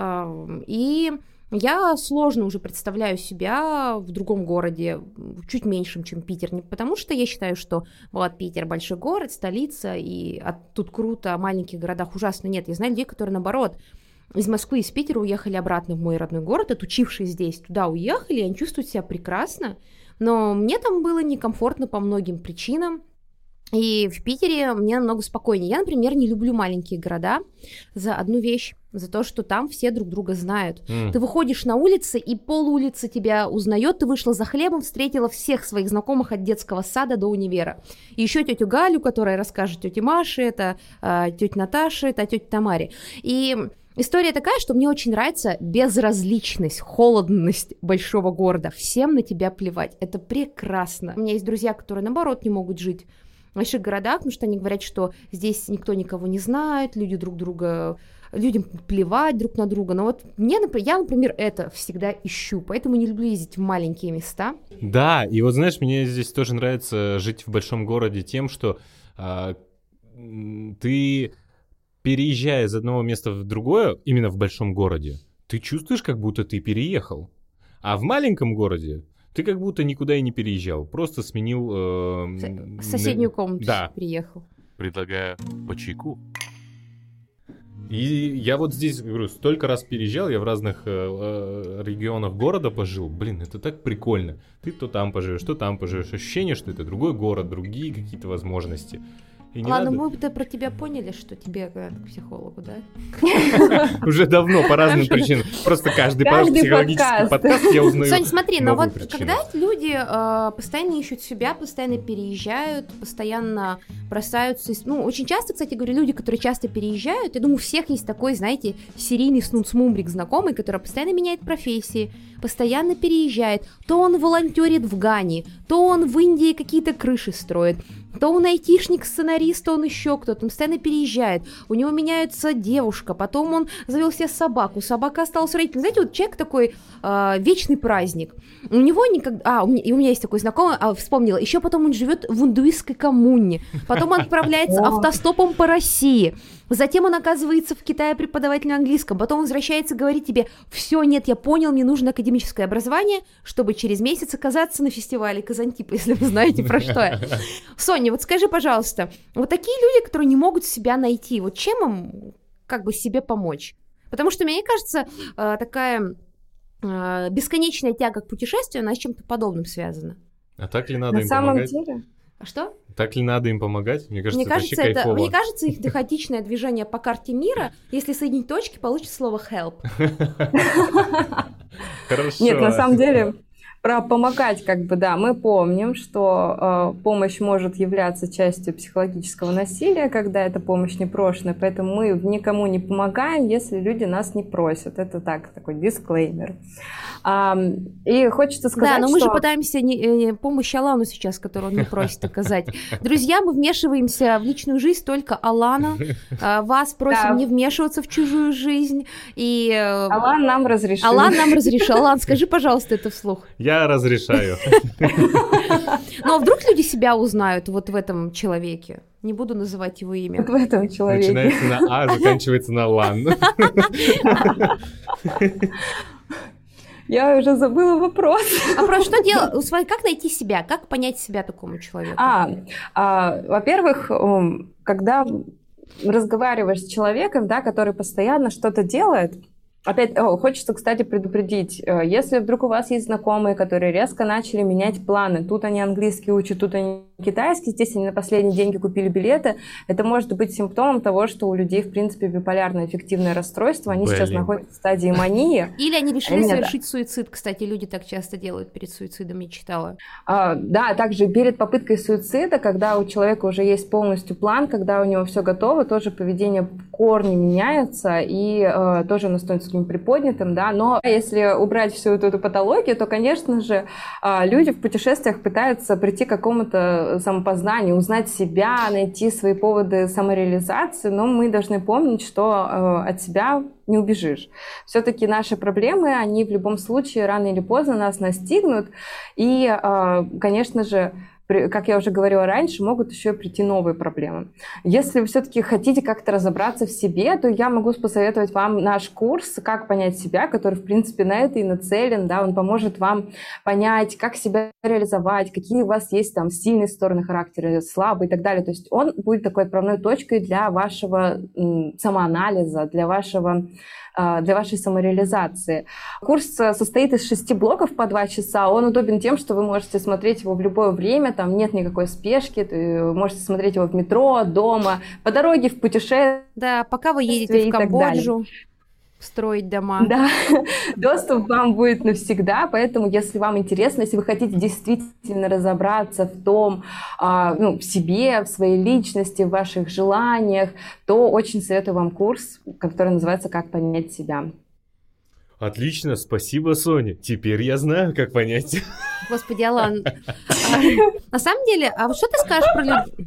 и я сложно уже представляю себя в другом городе, чуть меньшем, чем Питер, не потому что я считаю, что вот Питер большой город, столица, и тут круто, а в маленьких городах ужасно. Нет, я знаю людей, которые наоборот из Москвы, из Питера уехали обратно в мой родной город, отучившись здесь, туда уехали, и они чувствуют себя прекрасно, но мне там было некомфортно по многим причинам. И в Питере мне намного спокойнее. Я, например, не люблю маленькие города за одну вещь, за то, что там все друг друга знают. Ты выходишь на улицы, и пол-улицы тебя узнает, ты вышла за хлебом, встретила всех своих знакомых от детского сада до универа. И еще тетю Галю, которая расскажет тете Маше, это тетя Наташа, это тетя Тамаре. И история такая, что мне очень нравится безразличность, холодность большого города. Всем на тебя плевать. Это прекрасно. У меня есть друзья, которые, наоборот, не могут жить в больших городах, потому что они говорят, что здесь никто никого не знает, людям плевать друг на друга. Но вот я, например, это всегда ищу, поэтому не люблю ездить в маленькие места. Да, и вот знаешь, мне здесь тоже нравится жить в большом городе тем, что ты, переезжая из одного места в другое, именно в большом городе, ты чувствуешь, как будто ты переехал. А в маленьком городе ты как будто никуда и не переезжал, просто сменил... В соседнюю комнату переехал. Предлагаю по чайку. И я вот здесь, говорю, столько раз переезжал, я в разных регионах города пожил. Блин, это так прикольно. Ты то там поживешь, то там поживешь. Ощущение, что это другой город, другие какие-то возможности. Ладно, мы-то про тебя поняли, что тебе к психологу, да? Уже давно, по разным причинам. Просто каждый психологический подкаст я узнаю. Сонь, смотри, но вот когда люди постоянно ищут себя, постоянно переезжают, постоянно бросаются... Ну, очень часто, кстати говоря, люди, которые часто переезжают, я думаю, у всех есть такой, знаете, серийный снуцмумрик знакомый, который постоянно меняет профессии, постоянно переезжает. То он волонтерит в Гане, то он в Индии какие-то крыши строит, то он айтишник, сценарист, то он еще кто-то, он постоянно переезжает, у него меняется девушка, потом он завел себе собаку, собака осталась у родителей. Знаете, вот человек такой вечный праздник, у него никогда... и у меня есть такой знакомый, вспомнила, еще потом он живет в индуистской коммуне, потом он отправляется автостопом по России, затем он оказывается в Китае преподавателем английского, потом он возвращается и говорит тебе: все, нет, я понял, мне нужно академическое образование, чтобы через месяц оказаться на фестивале Казантип, если вы знаете, про что я. Соня, вот скажи, пожалуйста, вот такие люди, которые не могут себя найти, вот чем им как бы себе помочь? Потому что, мне кажется, такая бесконечная тяга к путешествию, она с чем-то подобным связана. А так ли надо На им самом помогать? деле... А что? Так ли надо им помогать? Мне кажется, Мне это вообще кажется, кайфово. мне кажется, их хаотичное движение по карте мира, если соединить точки, получится слово help. Хорошо. Нет, на самом деле, про помогать, как бы, да, мы помним, что помощь может являться частью психологического насилия, когда эта помощь непрошенная, поэтому мы никому не помогаем, если люди нас не просят. Это так, такой дисклеймер. И хочется сказать, Да, но мы что... же пытаемся помощь Алану сейчас, которую он не просит оказать. Друзья, мы вмешиваемся в личную жизнь только Алана. Вас просим Да. не вмешиваться в чужую жизнь. И Алан нам разрешил. Алан нам разрешил. Алан, скажи, пожалуйста, это вслух. Я разрешаю. Ну, а вдруг люди себя узнают вот в этом человеке? Не буду называть его имя. Вот в этом человеке. Начинается на А, заканчивается на Лан. Я уже забыла вопрос. А про что делать? Как найти себя? Как понять себя такому человеку? Во-первых, когда разговариваешь с человеком, да, который постоянно что-то делает, опять хочется, кстати, предупредить, если вдруг у вас есть знакомые, которые резко начали менять планы, тут они английский учат, тут они китайский, здесь они на последние деньги купили билеты, это может быть симптомом того, что у людей, в принципе, биполярное аффективное расстройство, они сейчас находятся в стадии мании. Или они решили совершить суицид, кстати, люди так часто делают перед суицидом, я читала. Да, также перед попыткой суицида, когда у человека уже есть полностью план, когда у него все готово, тоже поведение в корне меняется, и тоже оно становится таким приподнятым, да, но если убрать всю эту патологию, то, конечно же, люди в путешествиях пытаются прийти к какому-то самопознанию, узнать себя, найти свои поводы самореализации, но мы должны помнить, что от себя не убежишь. Все-таки наши проблемы, они в любом случае рано или поздно нас настигнут, и, конечно же, как я уже говорила раньше, могут еще прийти новые проблемы. Если вы все-таки хотите как-то разобраться в себе, то я могу посоветовать вам наш курс «Как понять себя», который, в принципе, на это и нацелен. Да, он поможет вам понять, как себя реализовать, какие у вас есть там сильные стороны характера, слабые и так далее. То есть он будет такой отправной точкой для вашего самоанализа, для вашей самореализации. Курс состоит из 6 блоков по 2 часа. Он удобен тем, что вы можете смотреть его в любое время, там нет никакой спешки, вы можете смотреть его в метро, дома, по дороге, в путешествии. Да, пока вы едете в Камбоджу строить дома. Да, доступ вам будет навсегда, поэтому, если вам интересно, если вы хотите действительно разобраться в том, в себе, в своей личности, в ваших желаниях, то очень советую вам курс, который называется «Как понять себя». Отлично, спасибо, Соня. Теперь я знаю, как понять. Господи, Алан. На самом деле, а вот что ты скажешь про людей?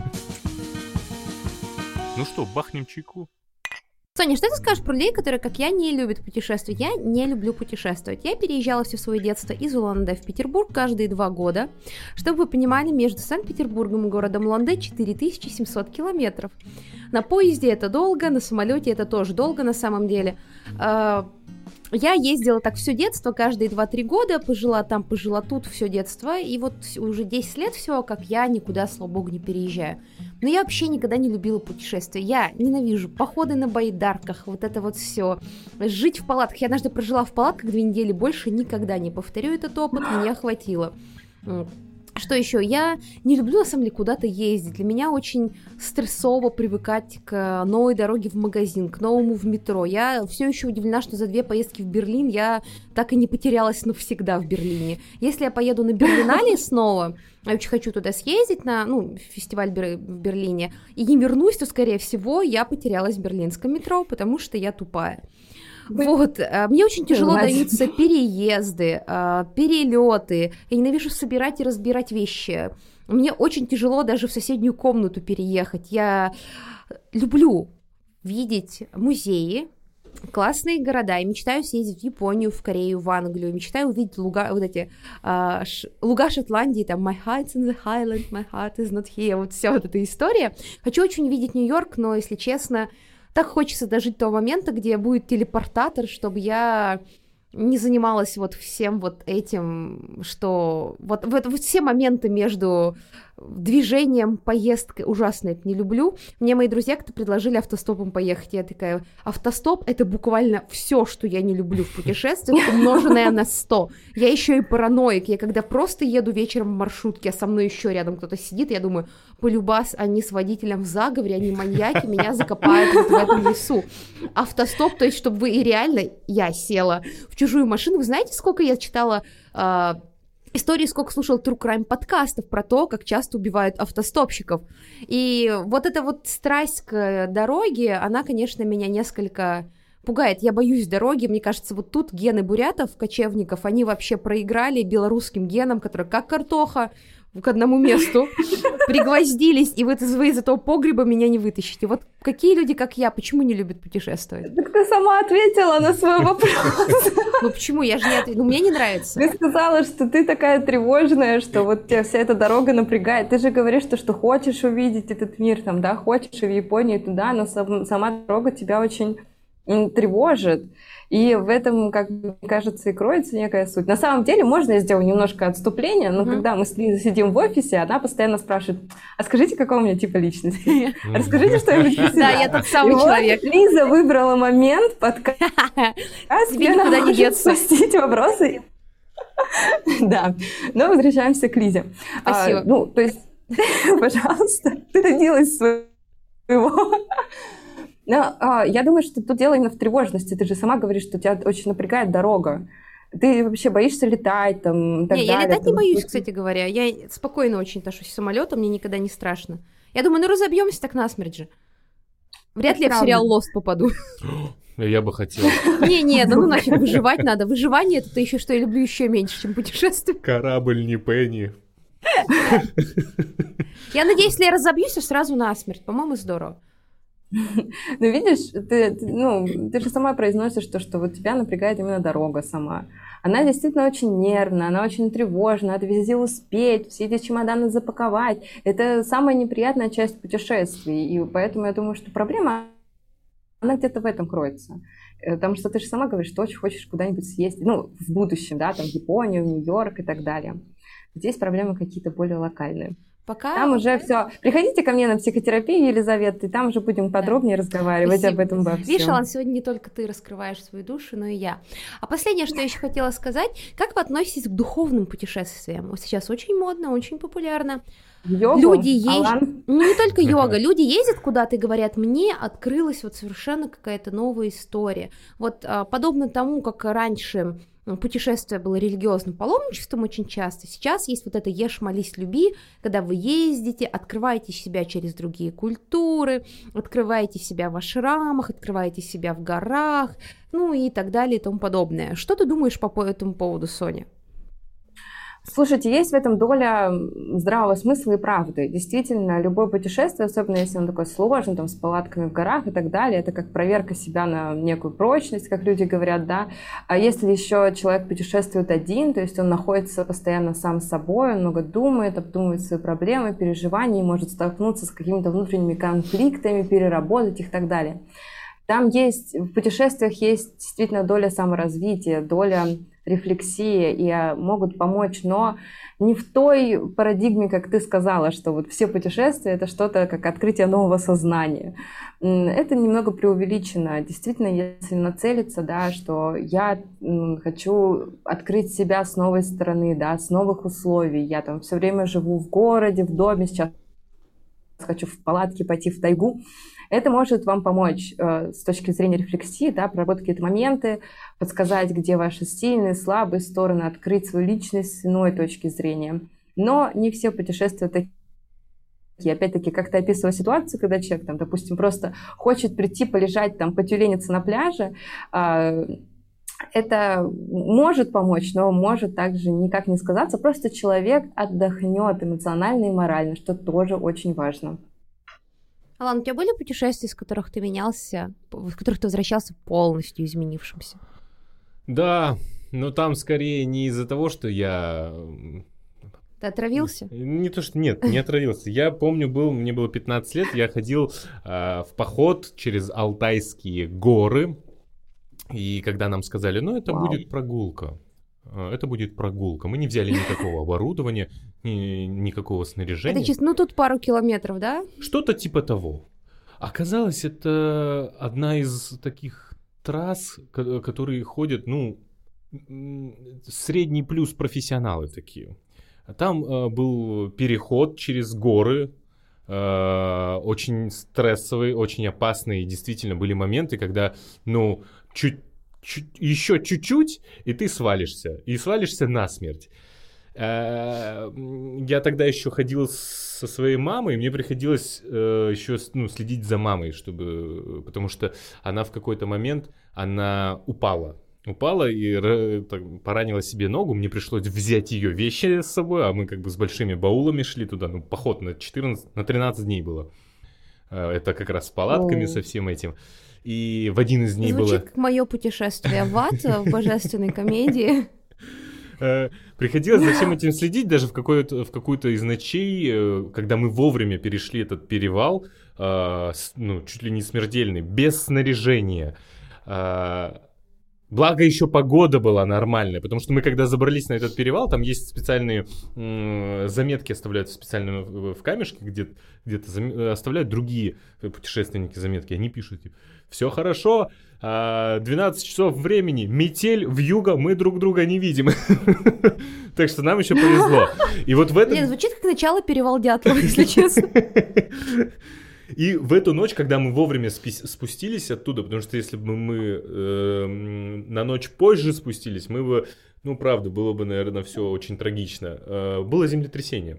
Ну что, бахнем чайку? Соня, что ты скажешь про людей, которые, как я, не любят путешествовать? Я не люблю путешествовать. Я переезжала все свое детство из Улан-Удэ в Петербург каждые 2 года. Чтобы вы понимали, между Санкт-Петербургом и городом Улан-Удэ 4700 километров. На поезде это долго, на самолете это тоже долго на самом деле. Я ездила так все детство, каждые 2-3 года, пожила там, пожила тут все детство, и вот уже 10 лет все, как я никуда, слава богу, не переезжаю. Но я вообще никогда не любила путешествия. Я ненавижу походы на байдарках, вот это вот все. Жить в палатках. Я однажды прожила в палатках 2 недели, больше никогда не повторю этот опыт, меня хватило. Что еще? Я не люблю, на самом деле, куда-то ездить. Для меня очень стрессово привыкать к новой дороге в магазин, к новому в метро. Я все еще удивлена, что за 2 поездки в Берлин я так и не потерялась навсегда в Берлине. Если я поеду на Берлинале снова, я очень хочу туда съездить, на фестиваль в Берлине, и не вернусь, то, скорее всего, я потерялась в берлинском метро, потому что я тупая. Вот, мне очень тяжело даются переезды, перелеты. Я ненавижу собирать и разбирать вещи. Мне очень тяжело даже в соседнюю комнату переехать. Я люблю видеть музеи, классные города. Я мечтаю съездить в Японию, в Корею, в Англию. Мечтаю увидеть луга Шотландии, там «My heart's in the Highland, my heart is not here». Вот вся вот эта история. Хочу очень увидеть Нью-Йорк, но, если честно, так хочется дожить до того момента, где будет телепортатор, чтобы я не занималась вот всем вот этим, что вот все моменты между движением, поездкой, ужасно это не люблю. Мне мои друзья как-то предложили автостопом поехать. Я такая, автостоп — это буквально все, что я не люблю в путешествиях, умноженное на 100. Я еще и параноик. Я когда просто еду вечером в маршрутке, а со мной еще рядом кто-то сидит, я думаю, полюбас, они с водителем в заговоре, они маньяки, меня закопают вот в этом лесу. Автостоп, то есть, чтобы вы и реально, я села в чужую машину. Вы знаете, сколько я читала истории, сколько слушал True Crime подкастов про то, как часто убивают автостопщиков. И вот эта вот страсть к дороге, она, конечно, меня несколько пугает. Я боюсь дороги. Мне кажется, вот тут гены бурятов, кочевников, они вообще проиграли белорусским генам, которые как картоха к одному месту пригвоздились, и вы из этого погреба меня не вытащите. Вот какие люди, как я, почему не любят путешествовать? Так ты сама ответила на свой вопрос. Ну почему? Я же не ответила. Ну, мне не нравится. Ты сказала, что ты такая тревожная, что вот тебя вся эта дорога напрягает. Ты же говоришь, что хочешь увидеть этот мир, там, да, хочешь и в Японию туда, но сама дорога тебя очень тревожит. И в этом, как мне кажется, и кроется некая суть. На самом деле, можно я сделаю немножко отступление, но когда мы с Лизой сидим в офисе, она постоянно спрашивает, а скажите, какого у меня типа личности? Расскажите что-нибудь про себя. Да, я тот самый человек. Лиза выбрала момент подкаст, где она может спросить вопросы. Да, но возвращаемся к Лизе. Спасибо. Ну, то есть, пожалуйста, ты родилась своего... Но я думаю, что тут дело именно в тревожности. Ты же сама говоришь, что тебя очень напрягает дорога. Ты вообще боишься летать там и так далее? Я летать не боюсь, кстати говоря. Я спокойно очень отношусь к самолету, мне никогда не страшно. Я думаю, ну разобьемся так насмерть же. Вряд ли я в сериал Lost попаду. Я бы хотел. Не, ну нафиг, выживать надо. Выживание — это еще что я люблю еще меньше, чем путешествие. Корабль не Пенни. Я надеюсь, если я разобьюсь, то сразу насмерть. По-моему, здорово. Ну, видишь, ты же сама произносишь что вот тебя напрягает именно дорога сама. Она действительно очень нервная, она очень тревожна, надо везде успеть, все эти чемоданы запаковать. Это самая неприятная часть путешествий, и поэтому я думаю, что проблема, она где-то в этом кроется. Потому что ты же сама говоришь, что очень хочешь куда-нибудь съездить, ну, в будущем, да, там, в Японию, в Нью-Йорк и так далее. Здесь проблемы какие-то более локальные. Пока... Там уже все. Приходите ко мне на психотерапию, Елизавета, и там уже будем подробнее разговаривать об этом во всем. Видишь, Алан, сегодня не только ты раскрываешь свою душу, но и я. А последнее, что я еще хотела сказать, как вы относитесь к духовным путешествиям? Вот сейчас очень модно, очень популярно. Йогу? Люди ездят, ну не только йога, люди ездят куда-то и говорят, мне открылась вот совершенно какая-то новая история. Вот подобно тому, как раньше путешествие было религиозным паломничеством очень часто, сейчас есть вот это «Ешь, молись, люби», когда вы ездите, открываете себя через другие культуры, открываете себя в ашрамах, открываете себя в горах, ну и так далее и тому подобное. Что ты думаешь по этому поводу, Соня? Слушайте, есть в этом доля здравого смысла и правды. Действительно, любое путешествие, особенно если оно такое сложное, там, с палатками в горах и так далее, это как проверка себя на некую прочность, как люди говорят, да. А если еще человек путешествует один, то есть он находится постоянно сам с собой, он много думает, обдумывает свои проблемы, переживания, может столкнуться с какими-то внутренними конфликтами, переработать их и так далее. Там есть, в путешествиях есть действительно доля саморазвития, доля рефлексии и могут помочь, но не в той парадигме, как ты сказала, что вот все путешествия — это что-то как открытие нового сознания. Это немного преувеличено. Действительно, если нацелиться, да, что я хочу открыть себя с новой стороны, да, с новых условий, я там все время живу в городе, в доме, сейчас хочу в палатке пойти в тайгу, это может вам помочь с точки зрения рефлексии, да, проработать какие-то моменты, подсказать, где ваши сильные, слабые стороны, открыть свою личность с иной точки зрения. Но не все путешествия такие. Опять-таки, как ты описывала ситуацию, когда человек, там, допустим, просто хочет прийти, полежать, там, потюлениться на пляже, это может помочь, но может также никак не сказаться. Просто человек отдохнет эмоционально и морально, что тоже очень важно. Алан, у тебя были путешествия, из которых ты менялся, в которых ты возвращался полностью изменившимся? Да, но там скорее не из-за того, что я... Ты отравился? Не то, что... Нет, не отравился. Я помню, мне было 15 лет, я ходил в поход через Алтайские горы. И когда нам сказали, ну, это будет прогулка. Это будет прогулка. Мы не взяли никакого оборудования, никакого снаряжения. Это чисто, ну, тут пару километров, да? Что-то типа того. Оказалось, это одна из таких трасс, которые ходят, ну, средний плюс профессионалы такие. Там был переход через горы, очень стрессовый, очень опасный. И действительно были моменты, когда, ну, еще чуть-чуть, и ты свалишься. И свалишься насмерть. Я тогда еще ходил со своей мамой, и мне приходилось еще следить за мамой, потому что она в какой-то момент упала и поранила себе ногу, мне пришлось взять ее вещи с собой, а мы как бы с большими баулами шли туда, ну, поход на 13 дней было. Это как раз с палатками, со всем этим. И в один из дней Звучит как мое путешествие в ад в божественной комедии. Приходилось за всем этим следить, даже в какую-то из ночей, когда мы вовремя перешли этот перевал, чуть ли не смертельный, без снаряжения. Благо еще погода была нормальная, потому что мы когда забрались на этот перевал, там есть специальные заметки, оставляют специально в камешке, где-то оставляют другие путешественники заметки, они пишут, типа, все хорошо, 12 часов времени, метель, вьюга, мы друг друга не видим. Так что нам еще повезло. И вот в этом... Звучит как начало перевал Дятлова, если честно. И в эту ночь, когда мы вовремя спустились оттуда, потому что если бы мы на ночь позже спустились, мы бы, ну, правда, было бы, наверное, все очень трагично. Было землетрясение.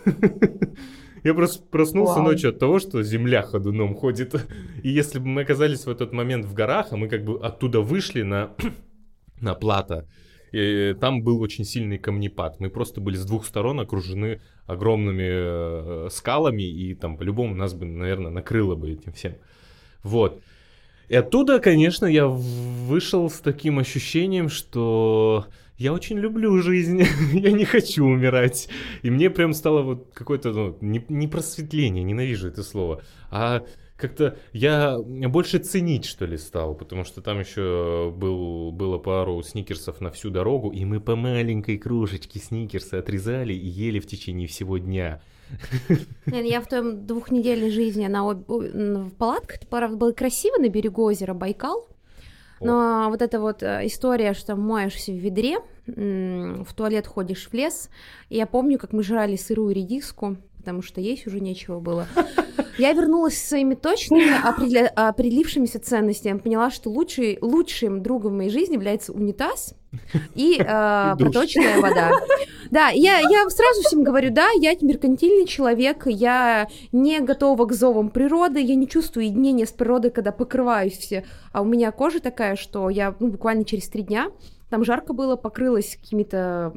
Я просто проснулся ночью от того, что земля ходуном ходит. И если бы мы оказались в этот момент в горах, а мы как бы оттуда вышли на плато, и там был очень сильный камнепад. Мы просто были с двух сторон окружены огромными скалами, и там по-любому нас бы, наверное, накрыло бы этим всем. Вот. И оттуда, конечно, я вышел с таким ощущением, что я очень люблю жизнь, я не хочу умирать. И мне прям стало вот какое-то, не просветление, ненавижу это слово, а как-то я больше ценить, что ли, стал, потому что там еще было пару сникерсов на всю дорогу, и мы по маленькой кружечке сникерса отрезали и ели в течение всего дня. Я в той двухнедельной жизни в палатках, это, правда, было красиво на берегу озера Байкал, но вот эта вот история, что моешься в ведре, в туалет ходишь в лес, и я помню, как мы жрали сырую редиску, потому что есть уже нечего было. Я вернулась со своими точными, определившимися ценностями, поняла, что лучшим другом в моей жизни является унитаз и проточная вода. Да, я сразу всем говорю, да, я меркантильный человек, я не готова к зовам природы, я не чувствую единения с природой, когда покрываюсь все, а у меня кожа такая, что я буквально через 3 дня, там жарко было, покрылась какими-то,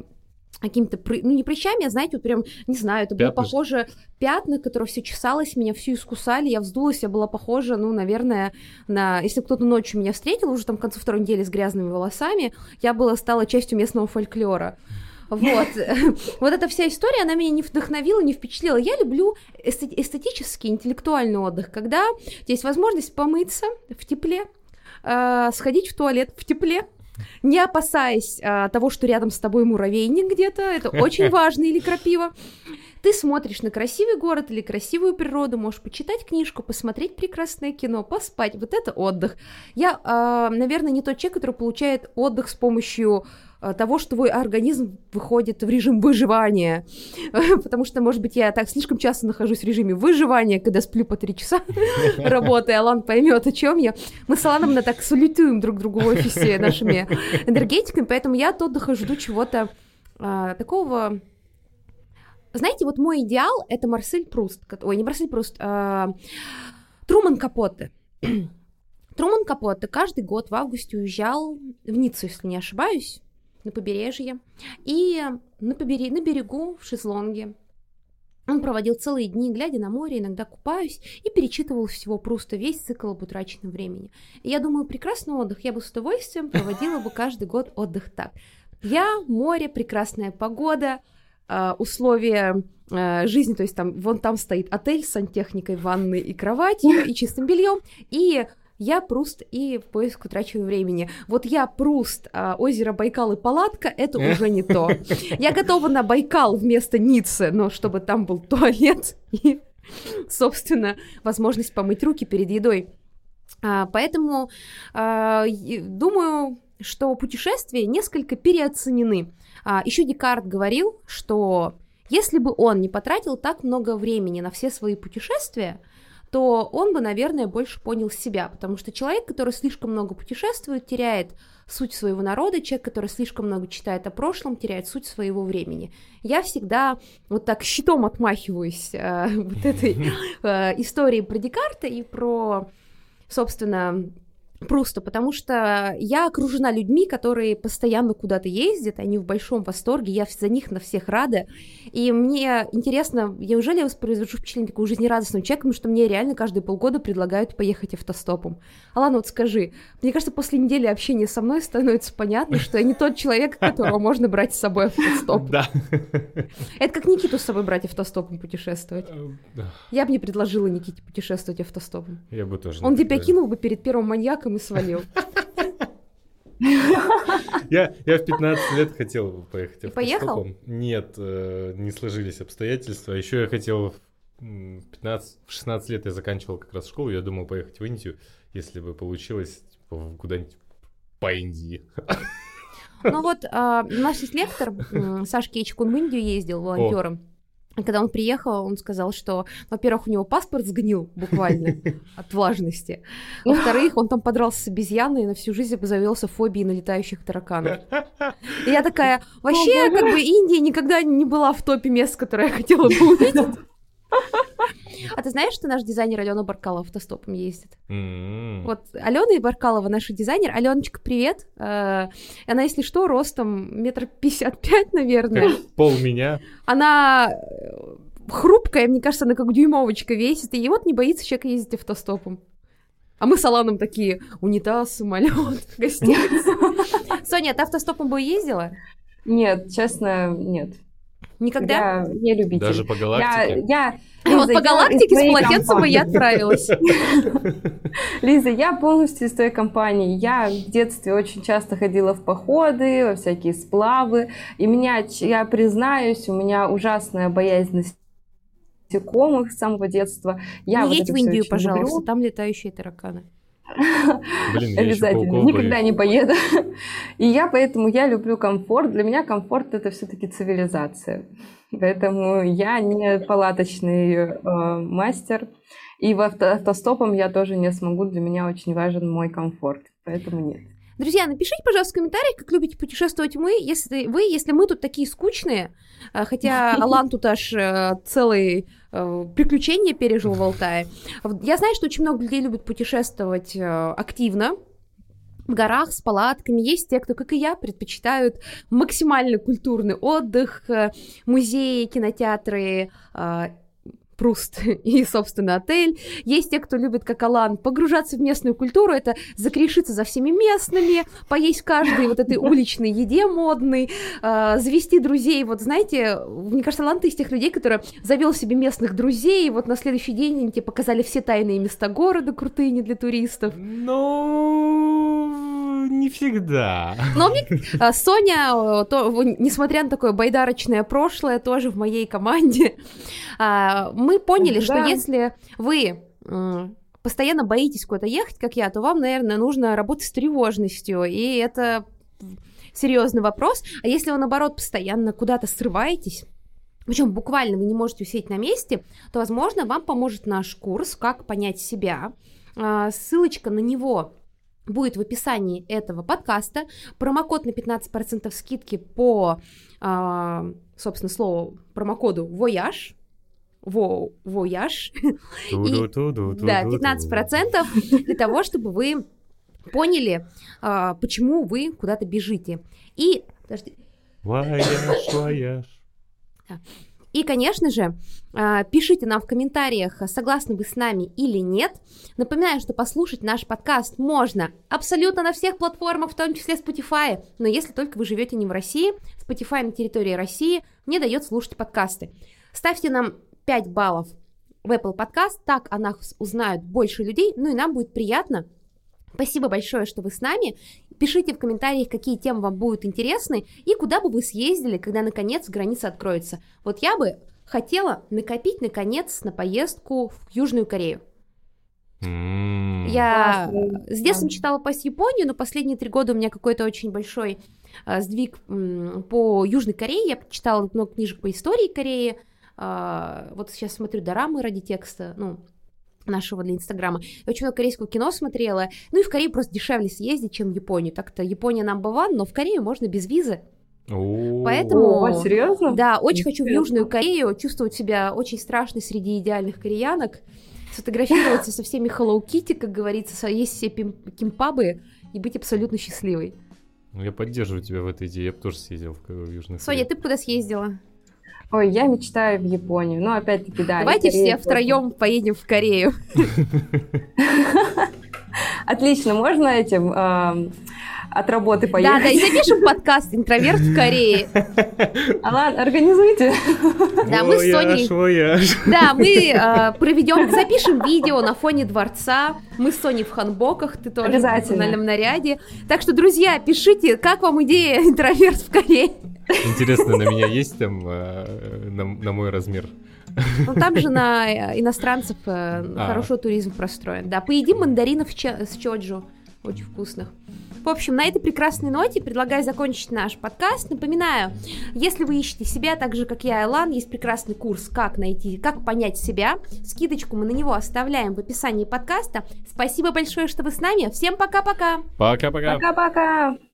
не прыщами, а, знаете, вот прям, не знаю, это было похоже, пятна, которые все чесалось, меня всю искусали, я вздулась, я была похожа, наверное, если кто-то ночью меня встретил, уже там к концу 2-й недели с грязными волосами, я стала частью местного фольклора. Вот. Вот эта вся история, она меня не вдохновила, не впечатлила. Я люблю эстетический, интеллектуальный отдых, когда есть возможность помыться в тепле, сходить в туалет в тепле, не опасаясь того, что рядом с тобой муравейник где-то, это очень важно, или крапива. Ты смотришь на красивый город или красивую природу, можешь почитать книжку, посмотреть прекрасное кино, поспать. Вот это отдых. Я, наверное, не тот человек, который получает отдых с помощью того, что твой организм выходит в режим выживания. Потому что, может быть, я так слишком часто нахожусь в режиме выживания, когда сплю по 3 часа, работая. Алан поймет, о чем я. Мы с Аланом так салютуем друг другу в офисе нашими энергетиками, поэтому я от отдыха жду чего-то такого... Знаете, вот мой идеал — это Марсель Пруст. Ой, не Марсель Пруст, Труман Капоте. Труман Капоте каждый год в августе уезжал в Ниццу, если не ошибаюсь, на побережье. И на берегу, в шезлонге, он проводил целые дни, глядя на море, иногда купаясь, и перечитывал всего Пруста, весь цикл об утраченном времени. И я думаю, прекрасный отдых. Я бы с удовольствием проводила бы каждый год отдых так. Море, прекрасная погода, условия жизни, то есть там, вон там стоит отель с сантехникой, ванной и кроватью, и чистым бельем, и Я Пруст и в поиск утраченного времени. Вот я Пруст, озеро Байкал и палатка, это уже не то. Я готова на Байкал вместо Ниццы, но чтобы там был туалет и, собственно, возможность помыть руки перед едой. Поэтому думаю, что путешествия несколько переоценены. Еще Декарт говорил, что если бы он не потратил так много времени на все свои путешествия, то он бы, наверное, больше понял себя, потому что человек, который слишком много путешествует, теряет суть своего народа, человек, который слишком много читает о прошлом, теряет суть своего времени. Я всегда вот так щитом отмахиваюсь вот этой истории про Декарта и про, собственно, Пруста, потому что я окружена людьми, которые постоянно куда-то ездят, они в большом восторге, я за них на всех рада, и мне интересно, неужели я воспроизвожу впечатление такого жизнерадостного человека, потому что мне реально каждые полгода предлагают поехать автостопом. Алана, вот скажи, мне кажется, после недели общения со мной становится понятно, что я не тот человек, которого можно брать с собой автостопом. Да. Это как Никиту с собой брать автостопом путешествовать. Я бы не предложила Никите путешествовать автостопом. Я бы тоже. Он тебя кинул бы перед первым маньяком и свалил. Я в 15 лет хотел поехать автостопом. Поехал? Нет, не сложились обстоятельства. Еще я хотел в 16 лет я заканчивал как раз школу, я думал поехать в Индию, если бы получилось куда-нибудь по Индии. Ну вот наш лектор Саша Кейчик, он в Индию ездил волонтером. И когда он приехал, он сказал, что, во-первых, у него паспорт сгнил буквально от влажности. Во-вторых, он там подрался с обезьяной и на всю жизнь обзавелся фобией на летающих тараканов. И я такая, вообще, как бы Индия никогда не была в топе мест, которые я хотела бы увидеть. А ты знаешь, что наш дизайнер Алена Баркалова автостопом ездит? Вот Алена Баркалова, наш дизайнер. Аленочка, привет. Она, если что, ростом 1,55 м, наверное. Как пол меня. Она хрупкая, мне кажется, она как дюймовочка весит. И вот не боится человек ездить автостопом. А мы с Аланом такие, унитаз, самолет, гостиница. Соня, ты автостопом бы ездила? Нет, честно, нет. Никогда? Я не любитель. Даже по галактике? Вот по галактике с полотенцем бы я отправилась. Лиза, я полностью из твоей компании. Я в детстве очень часто ходила в походы, во всякие сплавы. И я признаюсь, у меня ужасная боязнь насекомых с самого детства. Я не едь в Индию, пожалуйста, там летающие тараканы. Блин, обязательно, никогда не поеду. И поэтому я люблю комфорт. Для меня комфорт — это все-таки цивилизация. Поэтому я не палаточный мастер. И автостопом я тоже не смогу. Для меня очень важен мой комфорт. Поэтому нет. Друзья, напишите, пожалуйста, в комментариях, как любите путешествовать мы, если мы тут такие скучные, хотя Алан тут аж целые приключения пережил в Алтае. Я знаю, что очень много людей любят путешествовать активно, в горах, с палатками. Есть те, кто, как и я, предпочитают максимально культурный отдых, музеи, кинотеатры, Пруст и, собственно, отель. Есть те, кто любит, как Алан, погружаться в местную культуру, это закрешиться за всеми местными, поесть каждой вот этой уличной еде модной, завести друзей. Вот знаете, мне кажется, Алан, ты из тех людей, которые завел себе местных друзей, и вот на следующий день они тебе показали все тайные места города, крутые не для туристов. Ну, не всегда. Но Соня, несмотря на такое байдарочное прошлое, тоже в моей команде. Мы поняли, что если вы постоянно боитесь куда-то ехать, как я, то вам, наверное, нужно работать с тревожностью, и это серьезный вопрос. А если вы, наоборот, постоянно куда-то срываетесь, причем буквально вы не можете усидеть на месте, то, возможно, вам поможет наш курс «Как понять себя». Ссылочка на него будет в описании этого подкаста. Промокод на 15% скидки по, собственно, слову промокоду «Voyage». Voyage. Да, 15% для того, чтобы вы поняли, почему вы куда-то бежите. И... Voyage. И, конечно же, пишите нам в комментариях, согласны вы с нами или нет. Напоминаю, что послушать наш подкаст можно абсолютно на всех платформах, в том числе Spotify. Но если только вы живете не в России, Spotify на территории России не дает слушать подкасты. Ставьте нам 5 баллов в Apple Podcast, так о нас узнают больше людей, ну и нам будет приятно, Спасибо большое, что вы с нами. Пишите в комментариях, какие темы вам будут интересны и куда бы вы съездили, когда, наконец, граница откроется. Вот я бы хотела накопить, наконец, на поездку в Южную Корею. Я с детства мечтала попасть в Японию, но последние 3 года у меня какой-то очень большой сдвиг по Южной Корее. Я прочитала много книжек по истории Кореи. Вот сейчас смотрю дорамы ради текста, нашего для Инстаграма. Я очень много корейского кино смотрела. Ну и в Корею просто дешевле съездить, чем в Японию. Так-то Япония number one, но в Корею можно без визы. Поэтому, серьезно? Да, очень хочу в Южную Корею, чувствовать себя очень страшной среди идеальных кореянок, сфотографироваться со всеми Hello Kitty, как говорится, есть все кимпабы и быть абсолютно счастливой. Я поддерживаю тебя в этой идее, я бы тоже съездил в Южную Корею. Соня, ты бы куда съездила? Ой, я мечтаю в Японию, но опять-таки, да. Давайте все втроем поедем в Корею. Отлично, можно этим от работы поехать? Да, и запишем подкаст «Интроверт в Корее». Ладно, организуйте. Да, мы с Соней... Да, мы запишем видео на фоне дворца. Мы с Соней в ханбоках, ты тоже в национальном наряде. Так что, друзья, пишите, как вам идея «Интроверт в Корее». Интересно, на меня есть там на мой размер? Ну, там же на иностранцев хороший туризм простроен. Да, поедим мандаринов с чоджу, очень вкусных. В общем, на этой прекрасной ноте предлагаю закончить наш подкаст. Напоминаю, если вы ищете себя, так же, как я и Алан, есть прекрасный курс «Как понять себя». Скидочку мы на него оставляем в описании подкаста. Спасибо большое, что вы с нами. Всем пока-пока. Пока-пока. Пока-пока.